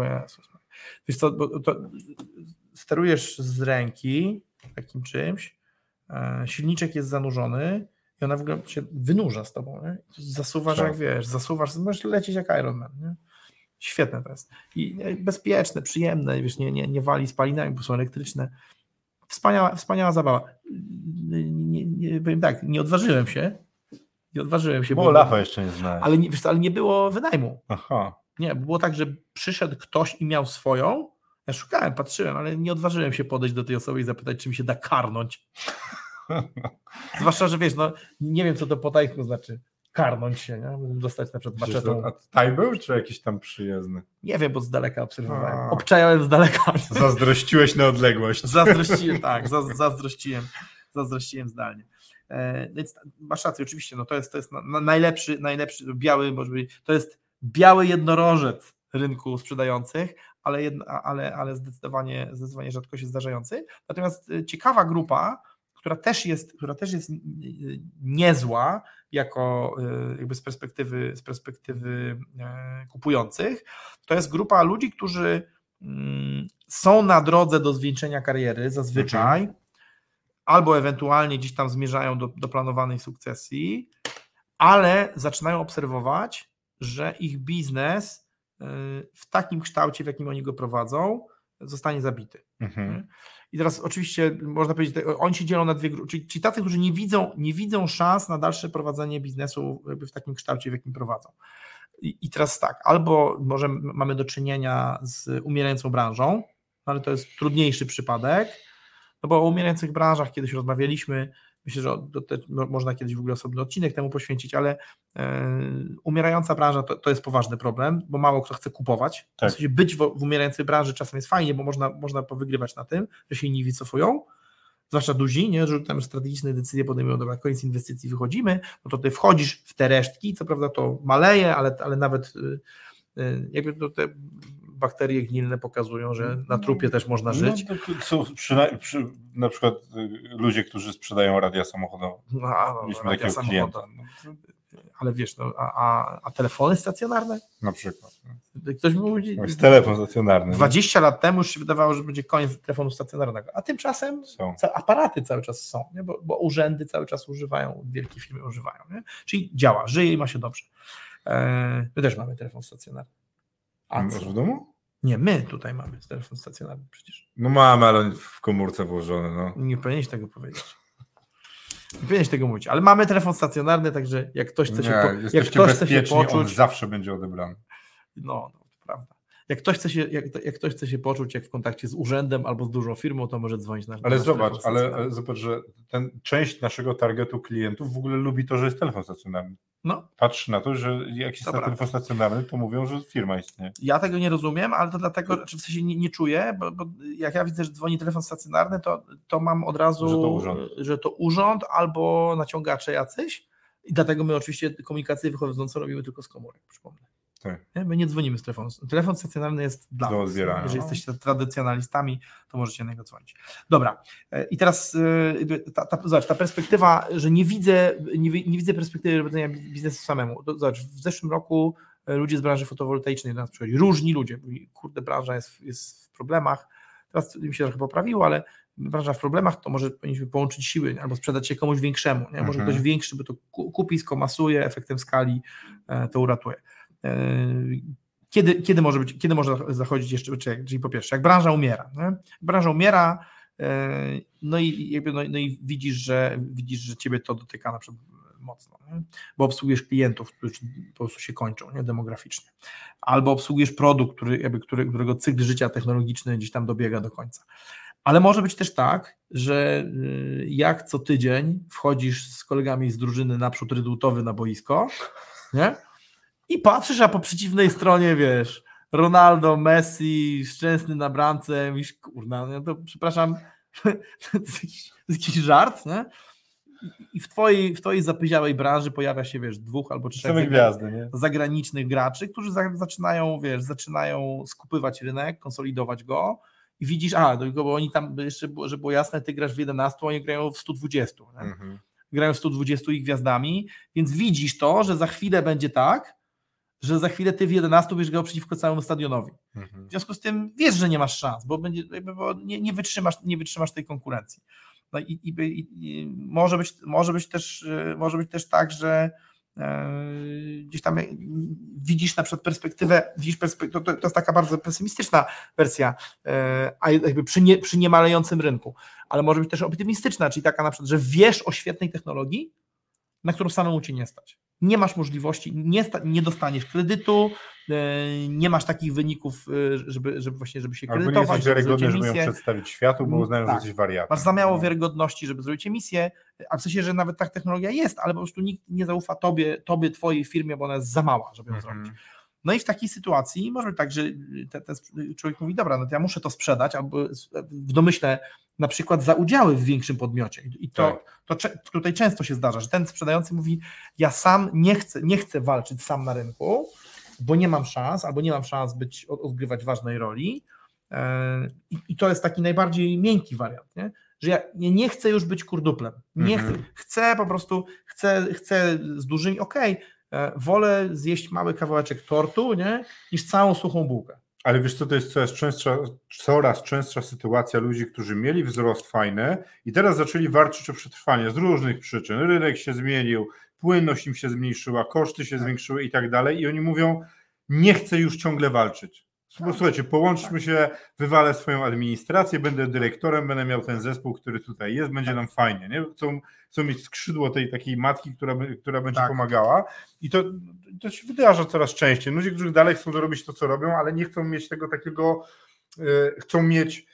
Wiesz co, bo to sterujesz z ręki takim czymś, silniczek jest zanurzony i ona w ogóle się wynurza z tobą, nie? Zasuwasz, jak wiesz, możesz lecieć jak Iron Man, nie? Świetne to jest. I bezpieczne, przyjemne, wiesz, nie wali spalinami, bo są elektryczne. Wspaniała zabawa. Powiem tak, nie odważyłem się. Bo Olafa jeszcze nie znałem. Ale nie było wynajmu. Aha. Nie, było tak, że przyszedł ktoś i miał swoją. Ja szukałem, patrzyłem, ale nie odważyłem się podejść do tej osoby i zapytać, czy mi się da karnąć. Zwłaszcza, że wiesz, no nie wiem, co to po tajsku znaczy. Karnąć się, nie? Dostać na przykład maczetą. A Taj był, czy jakiś tam przyjezdny? Nie wiem, bo z daleka obserwowałem. Obczajałem z daleka. Zazdrościłeś na odległość. Zazdrościłem, tak. Zazdrościłem zdalnie. Więc masz rację, oczywiście, no to jest najlepszy biały, może być, to jest biały jednorożec rynku sprzedających, ale zdecydowanie rzadko się zdarzający. Natomiast ciekawa grupa, która też jest niezła jako jakby z perspektywy kupujących, to jest grupa ludzi, którzy są na drodze do zwieńczenia kariery zazwyczaj, albo ewentualnie gdzieś tam zmierzają do planowanej sukcesji, ale zaczynają obserwować, że ich biznes w takim kształcie, w jakim oni go prowadzą, zostanie zabity. I teraz oczywiście można powiedzieć, oni się dzielą na dwie grupy, czyli ci tacy, którzy nie widzą szans na dalsze prowadzenie biznesu w takim kształcie, w jakim prowadzą. I teraz tak, albo może mamy do czynienia z umierającą branżą, ale to jest trudniejszy przypadek, no bo o umierających branżach kiedyś rozmawialiśmy, myślę, że można kiedyś w ogóle osobny odcinek temu poświęcić, ale umierająca branża to jest poważny problem, bo mało kto chce kupować. Tak. W sensie być w umierającej branży czasem jest fajnie, bo można powygrywać na tym, że się inni wycofują, zwłaszcza duzi, nie, że tam strategiczne decyzje podejmują, dobra, koniec inwestycji, wychodzimy, no to ty wchodzisz w te resztki, co prawda to maleje, ale nawet jakby to te bakterie gnilne pokazują, że na trupie też można żyć. No, to są na przykład ludzie, którzy sprzedają radia samochodowe. Mieliśmy takiego klienta. Ale wiesz, no, a telefony stacjonarne? Na przykład. Ktoś mówi, jest telefon stacjonarny. 20 lat temu już się wydawało, że będzie koniec telefonu stacjonarnego, a tymczasem aparaty cały czas są, nie? Bo urzędy cały czas używają, wielkie firmy używają. Nie? Czyli działa, żyje i ma się dobrze. My też mamy telefon stacjonarny. A masz w domu? Nie, my tutaj mamy telefon stacjonarny przecież. No mamy, ale w komórce włożony. No. Nie powinieneś tego powiedzieć. Nie powinieneś tego mówić, ale mamy telefon stacjonarny, także jak ktoś chce się poczuć, on zawsze będzie odebrany. No, to prawda. Jak ktoś chce się poczuć jak w kontakcie z urzędem albo z dużą firmą, to może dzwonić na ale zobacz, że część naszego targetu klientów w ogóle lubi to, że jest telefon stacjonarny. No. Patrz na to, że jak jest telefon stacjonarny, to mówią, że firma istnieje. Ja tego nie rozumiem, ale to dlatego, czy w sensie nie czuję, bo jak ja widzę, że dzwoni telefon stacjonarny, to mam od razu, że to urząd albo naciągacze jacyś i dlatego my oczywiście komunikację wychodzącą robimy tylko z komórek, przypomnę. Tak. My nie dzwonimy z telefonu. Telefon stacjonarny jest dla was. Jeżeli jesteście tradycjonalistami, to możecie na niego dzwonić. Dobra. I teraz zobacz, ta perspektywa, że nie widzę perspektywy robienia biznesu samemu. Zobacz, w zeszłym roku ludzie z branży fotowoltaicznej do nas przychodzi. Różni ludzie. Kurde, branża jest w problemach. Teraz im się trochę poprawiło, ale branża w problemach, to może powinniśmy połączyć siły albo sprzedać się komuś większemu. Nie? Może ktoś większy by to kupi, skomasuje, efektem skali to uratuje. Kiedy może zachodzić jeszcze, czyli po pierwsze, jak branża umiera. Nie? Branża umiera, no i widzisz, że ciebie to dotyka na przykład mocno, nie? Bo obsługujesz klientów, którzy po prostu się kończą, nie? Demograficznie. Albo obsługujesz produkt, którego cykl życia technologiczny gdzieś tam dobiega do końca. Ale może być też tak, że jak co tydzień wchodzisz z kolegami z drużyny naprzód redutowy na boisko, nie? I patrzysz, a po przeciwnej stronie, wiesz, Ronaldo, Messi, Szczęsny na bramce, mówisz, kurna, no to przepraszam, to jest jakiś żart, nie? I w twojej zapyziałej branży pojawia się, wiesz, 2 albo 3 zagranicznych graczy, którzy zaczynają skupywać rynek, konsolidować go i widzisz, bo oni tam, jeszcze, żeby było jasne, ty grasz w 11, oni grają w 120, nie? Grają w 120 ich gwiazdami, więc widzisz to, że za chwilę będzie tak, że za chwilę ty w 11 będziesz grał przeciwko całemu stadionowi. W związku z tym wiesz, że nie masz szans, bo nie wytrzymasz tej konkurencji. No i może być też tak, że gdzieś tam widzisz na przykład perspektywę, to jest taka bardzo pesymistyczna wersja, a jakby przy niemalejącym rynku, ale może być też optymistyczna, czyli taka na przykład, że wiesz o świetnej technologii, na którą samemu cię nie stać. Nie masz możliwości, nie dostaniesz kredytu, nie masz takich wyników, żeby się kredytować. Albo nie jesteś wiarygodny, żeby ją przedstawić światu, bo uznają, że jesteś wariatem. Masz za mało wiarygodności, żeby zrobić emisję, a w sensie, że nawet tak technologia jest, ale po prostu nikt nie zaufa tobie, twojej firmie, bo ona jest za mała, żeby ją zrobić. No i w takiej sytuacji może być tak, że ten człowiek mówi, dobra, no to ja muszę to sprzedać, albo w domyśle na przykład za udziały w większym podmiocie. I to tutaj często się zdarza, że ten sprzedający mówi, ja sam nie chcę walczyć sam na rynku, bo nie mam szans, albo nie mam szans odgrywać ważnej roli. I to jest taki najbardziej miękki wariant, nie? Że ja nie chcę już być kurduplem. Chcę po prostu, chcę z dużymi, wolę zjeść mały kawałeczek tortu, nie, niż całą suchą bułkę. Ale wiesz co, to jest coraz częstsza sytuacja ludzi, którzy mieli wzrost fajny i teraz zaczęli walczyć o przetrwanie z różnych przyczyn. Rynek się zmienił, płynność im się zmniejszyła, koszty się zwiększyły i tak dalej i oni mówią, nie chcę już ciągle walczyć. Słuchajcie, połączmy się, wywalę swoją administrację, będę dyrektorem, będę miał ten zespół, który tutaj jest, będzie nam fajnie. Nie? Chcą mieć skrzydło tej takiej matki, która będzie pomagała i to się wydarza coraz częściej. Ludzie, którzy dalej chcą robić to, co robią, ale nie chcą mieć tego takiego, chcą mieć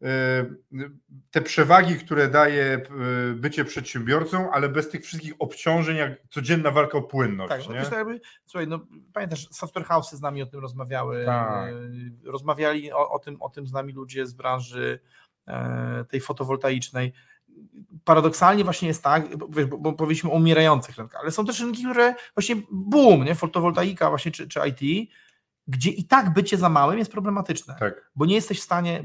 te przewagi, które daje bycie przedsiębiorcą, ale bez tych wszystkich obciążeń, jak codzienna walka o płynność. Tak, nie? Słuchaj, pamiętasz, software house'y z nami o tym rozmawiały, rozmawiali o tym z nami ludzie z branży tej fotowoltaicznej. paradoksalnie właśnie jest tak, bo powiedzieliśmy o umierających rynkach, ale są też rynki, które właśnie boom, nie? Fotowoltaika właśnie czy IT, gdzie i tak bycie za małym jest problematyczne, Tak. bo nie jesteś w stanie,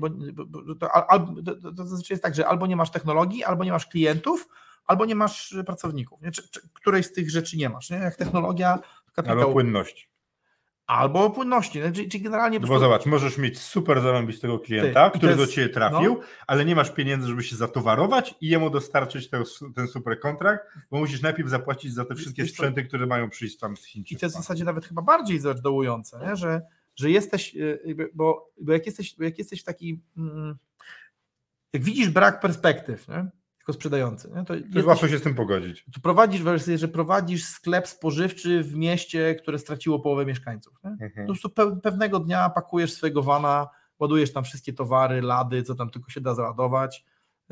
to zazwyczaj jest tak, że albo nie masz technologii, albo nie masz klientów, albo nie masz pracowników, nie? Której z tych rzeczy nie masz, nie? Jak technologia, kapitał. Albo płynność. Albo płynności, czyli generalnie... Bo zobacz, możesz mieć super zarąbistego klienta, który do Ciebie trafił, ale nie masz pieniędzy, żeby się zatowarować i jemu dostarczyć ten super kontrakt, bo musisz najpierw zapłacić za te wszystkie sprzęty, które mają przyjść tam z Chin. I to jest w zasadzie nawet chyba bardziej dołujące, nie? Że jesteś, bo jak jesteś taki, jak widzisz brak perspektyw, nie? Jako sprzedający, nie? To jest łatwo się z tym pogodzić. To prowadzisz sklep spożywczy w mieście, które straciło połowę mieszkańców. Nie? Po prostu pewnego dnia pakujesz swojego vana, ładujesz tam wszystkie towary, lady, co tam tylko się da załadować,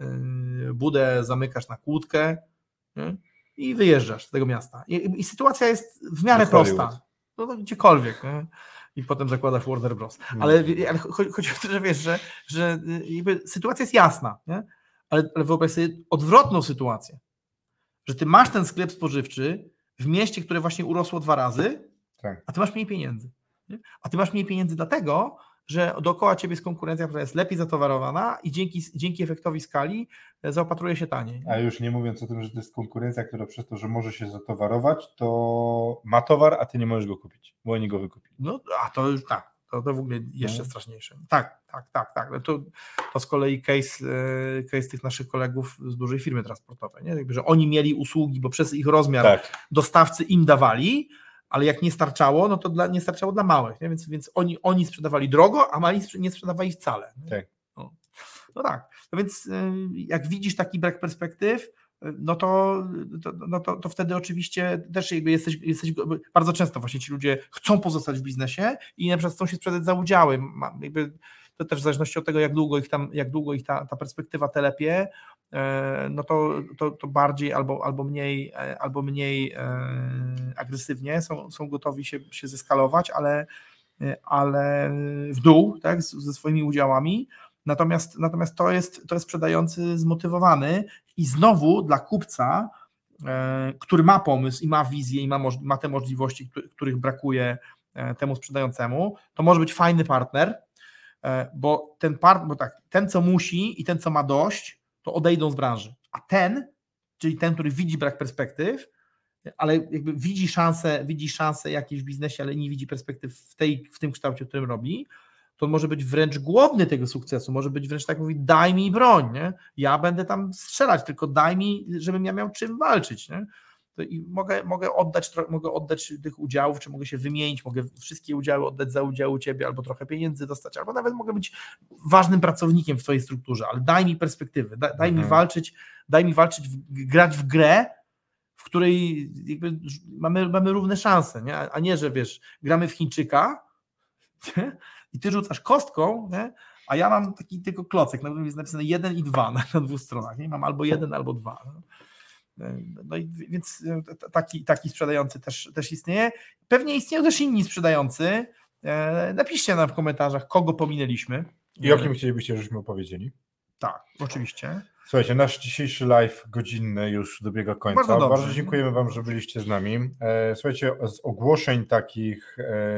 budę zamykasz na kłódkę, nie? I wyjeżdżasz z tego miasta. I sytuacja jest w miarę prosta. No, gdziekolwiek. Nie? I potem zakładasz Warner Bros. Ale chodzi o to, że wiesz, że sytuacja jest jasna, nie? Ale wyobraź sobie odwrotną sytuację, że ty masz ten sklep spożywczy w mieście, które właśnie urosło 2 razy, tak. A ty masz mniej pieniędzy. Nie? A ty masz mniej pieniędzy dlatego, że dookoła ciebie jest konkurencja, która jest lepiej zatowarowana i dzięki efektowi skali zaopatruje się taniej. A już nie mówiąc o tym, że to jest konkurencja, która przez to, że może się zatowarować, to ma towar, a ty nie możesz go kupić, bo oni go wykupili. No, a to już tak. To w ogóle jeszcze straszniejsze. Tak. To z kolei case tych naszych kolegów z dużej firmy transportowej, nie? Jakby, że oni mieli usługi, bo przez ich rozmiar dostawcy im dawali, ale jak nie starczało, no to nie starczało dla małych, nie? Więc oni sprzedawali drogo, a mali nie sprzedawali wcale. Nie? Tak. No tak. No więc jak widzisz taki brak perspektyw, no to wtedy oczywiście też jesteś bardzo często właśnie ci ludzie chcą pozostać w biznesie i na przykład chcą się sprzedać za udziały. To też w zależności od tego, jak długo ich ta perspektywa telepie, no to bardziej albo mniej agresywnie są gotowi się zeskalować, ale w dół, tak, ze swoimi udziałami. Natomiast to jest sprzedający zmotywowany i znowu dla kupca, który ma pomysł i ma wizję i ma te możliwości, których brakuje temu sprzedającemu, to może być fajny partner, bo ten co musi i ten co ma dość, to odejdą z branży, a czyli ten, który widzi brak perspektyw, ale jakby widzi szansę jakieś w biznesie, ale nie widzi perspektyw w tym kształcie, w którym robi, to on może być wręcz głodny tego sukcesu, może być wręcz tak mówić, daj mi broń, nie? Ja będę tam strzelać, tylko daj mi, żebym ja miał czym walczyć, nie? I mogę oddać tych udziałów, czy mogę się wymienić, mogę wszystkie udziały oddać za udział u ciebie, albo trochę pieniędzy dostać, albo nawet mogę być ważnym pracownikiem w twojej strukturze, ale daj mi perspektywy, daj mi walczyć, grać w grę, w której jakby mamy równe szanse, nie? A nie, że wiesz, gramy w Chińczyka, nie? I ty rzucasz kostką, nie? A ja mam taki tylko klocek, na którym jest napisane 1 i 2 na 2 stronach, nie? Mam albo 1, albo 2. No i więc taki sprzedający też istnieje. Pewnie istnieją też inni sprzedający. Napiszcie nam w komentarzach, kogo pominęliśmy. I o kim chcielibyście, żebyśmy opowiedzieli? Tak, oczywiście. Słuchajcie, nasz dzisiejszy live godzinny już dobiega końca. Bardzo dziękujemy Wam, że byliście z nami. Słuchajcie, z ogłoszeń takich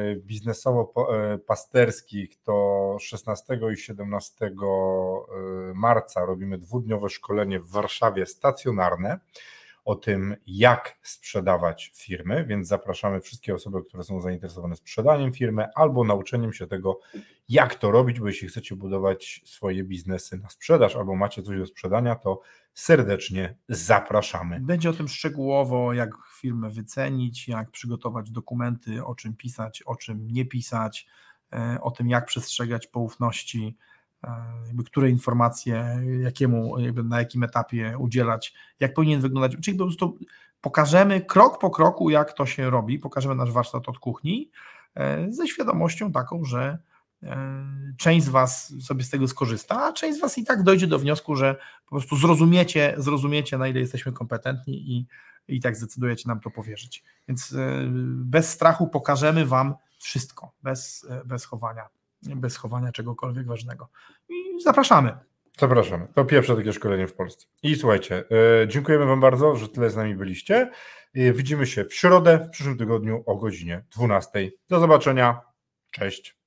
biznesowo-pasterskich to 16 i 17 marca robimy 2-dniowe szkolenie w Warszawie stacjonarne o tym, jak sprzedawać firmy, więc zapraszamy wszystkie osoby, które są zainteresowane sprzedaniem firmy albo nauczeniem się tego, jak to robić, bo jeśli chcecie budować swoje biznesy na sprzedaż albo macie coś do sprzedania, to serdecznie zapraszamy. Będzie o tym szczegółowo, jak firmę wycenić, jak przygotować dokumenty, o czym pisać, o czym nie pisać, o tym, jak przestrzegać poufności, które informacje na jakim etapie udzielać, jak powinien wyglądać, czyli po prostu pokażemy krok po kroku, jak to się robi, pokażemy nasz warsztat od kuchni, ze świadomością taką, że część z Was sobie z tego skorzysta, a część z Was i tak dojdzie do wniosku, że po prostu zrozumiecie, na ile jesteśmy kompetentni i tak zdecydujecie nam to powierzyć. Więc bez strachu pokażemy Wam wszystko, bez chowania czegokolwiek ważnego. I zapraszamy. Zapraszamy. To pierwsze takie szkolenie w Polsce. I słuchajcie, dziękujemy Wam bardzo, że tyle z nami byliście. Widzimy się w środę, w przyszłym tygodniu o godzinie 12. Do zobaczenia. Cześć.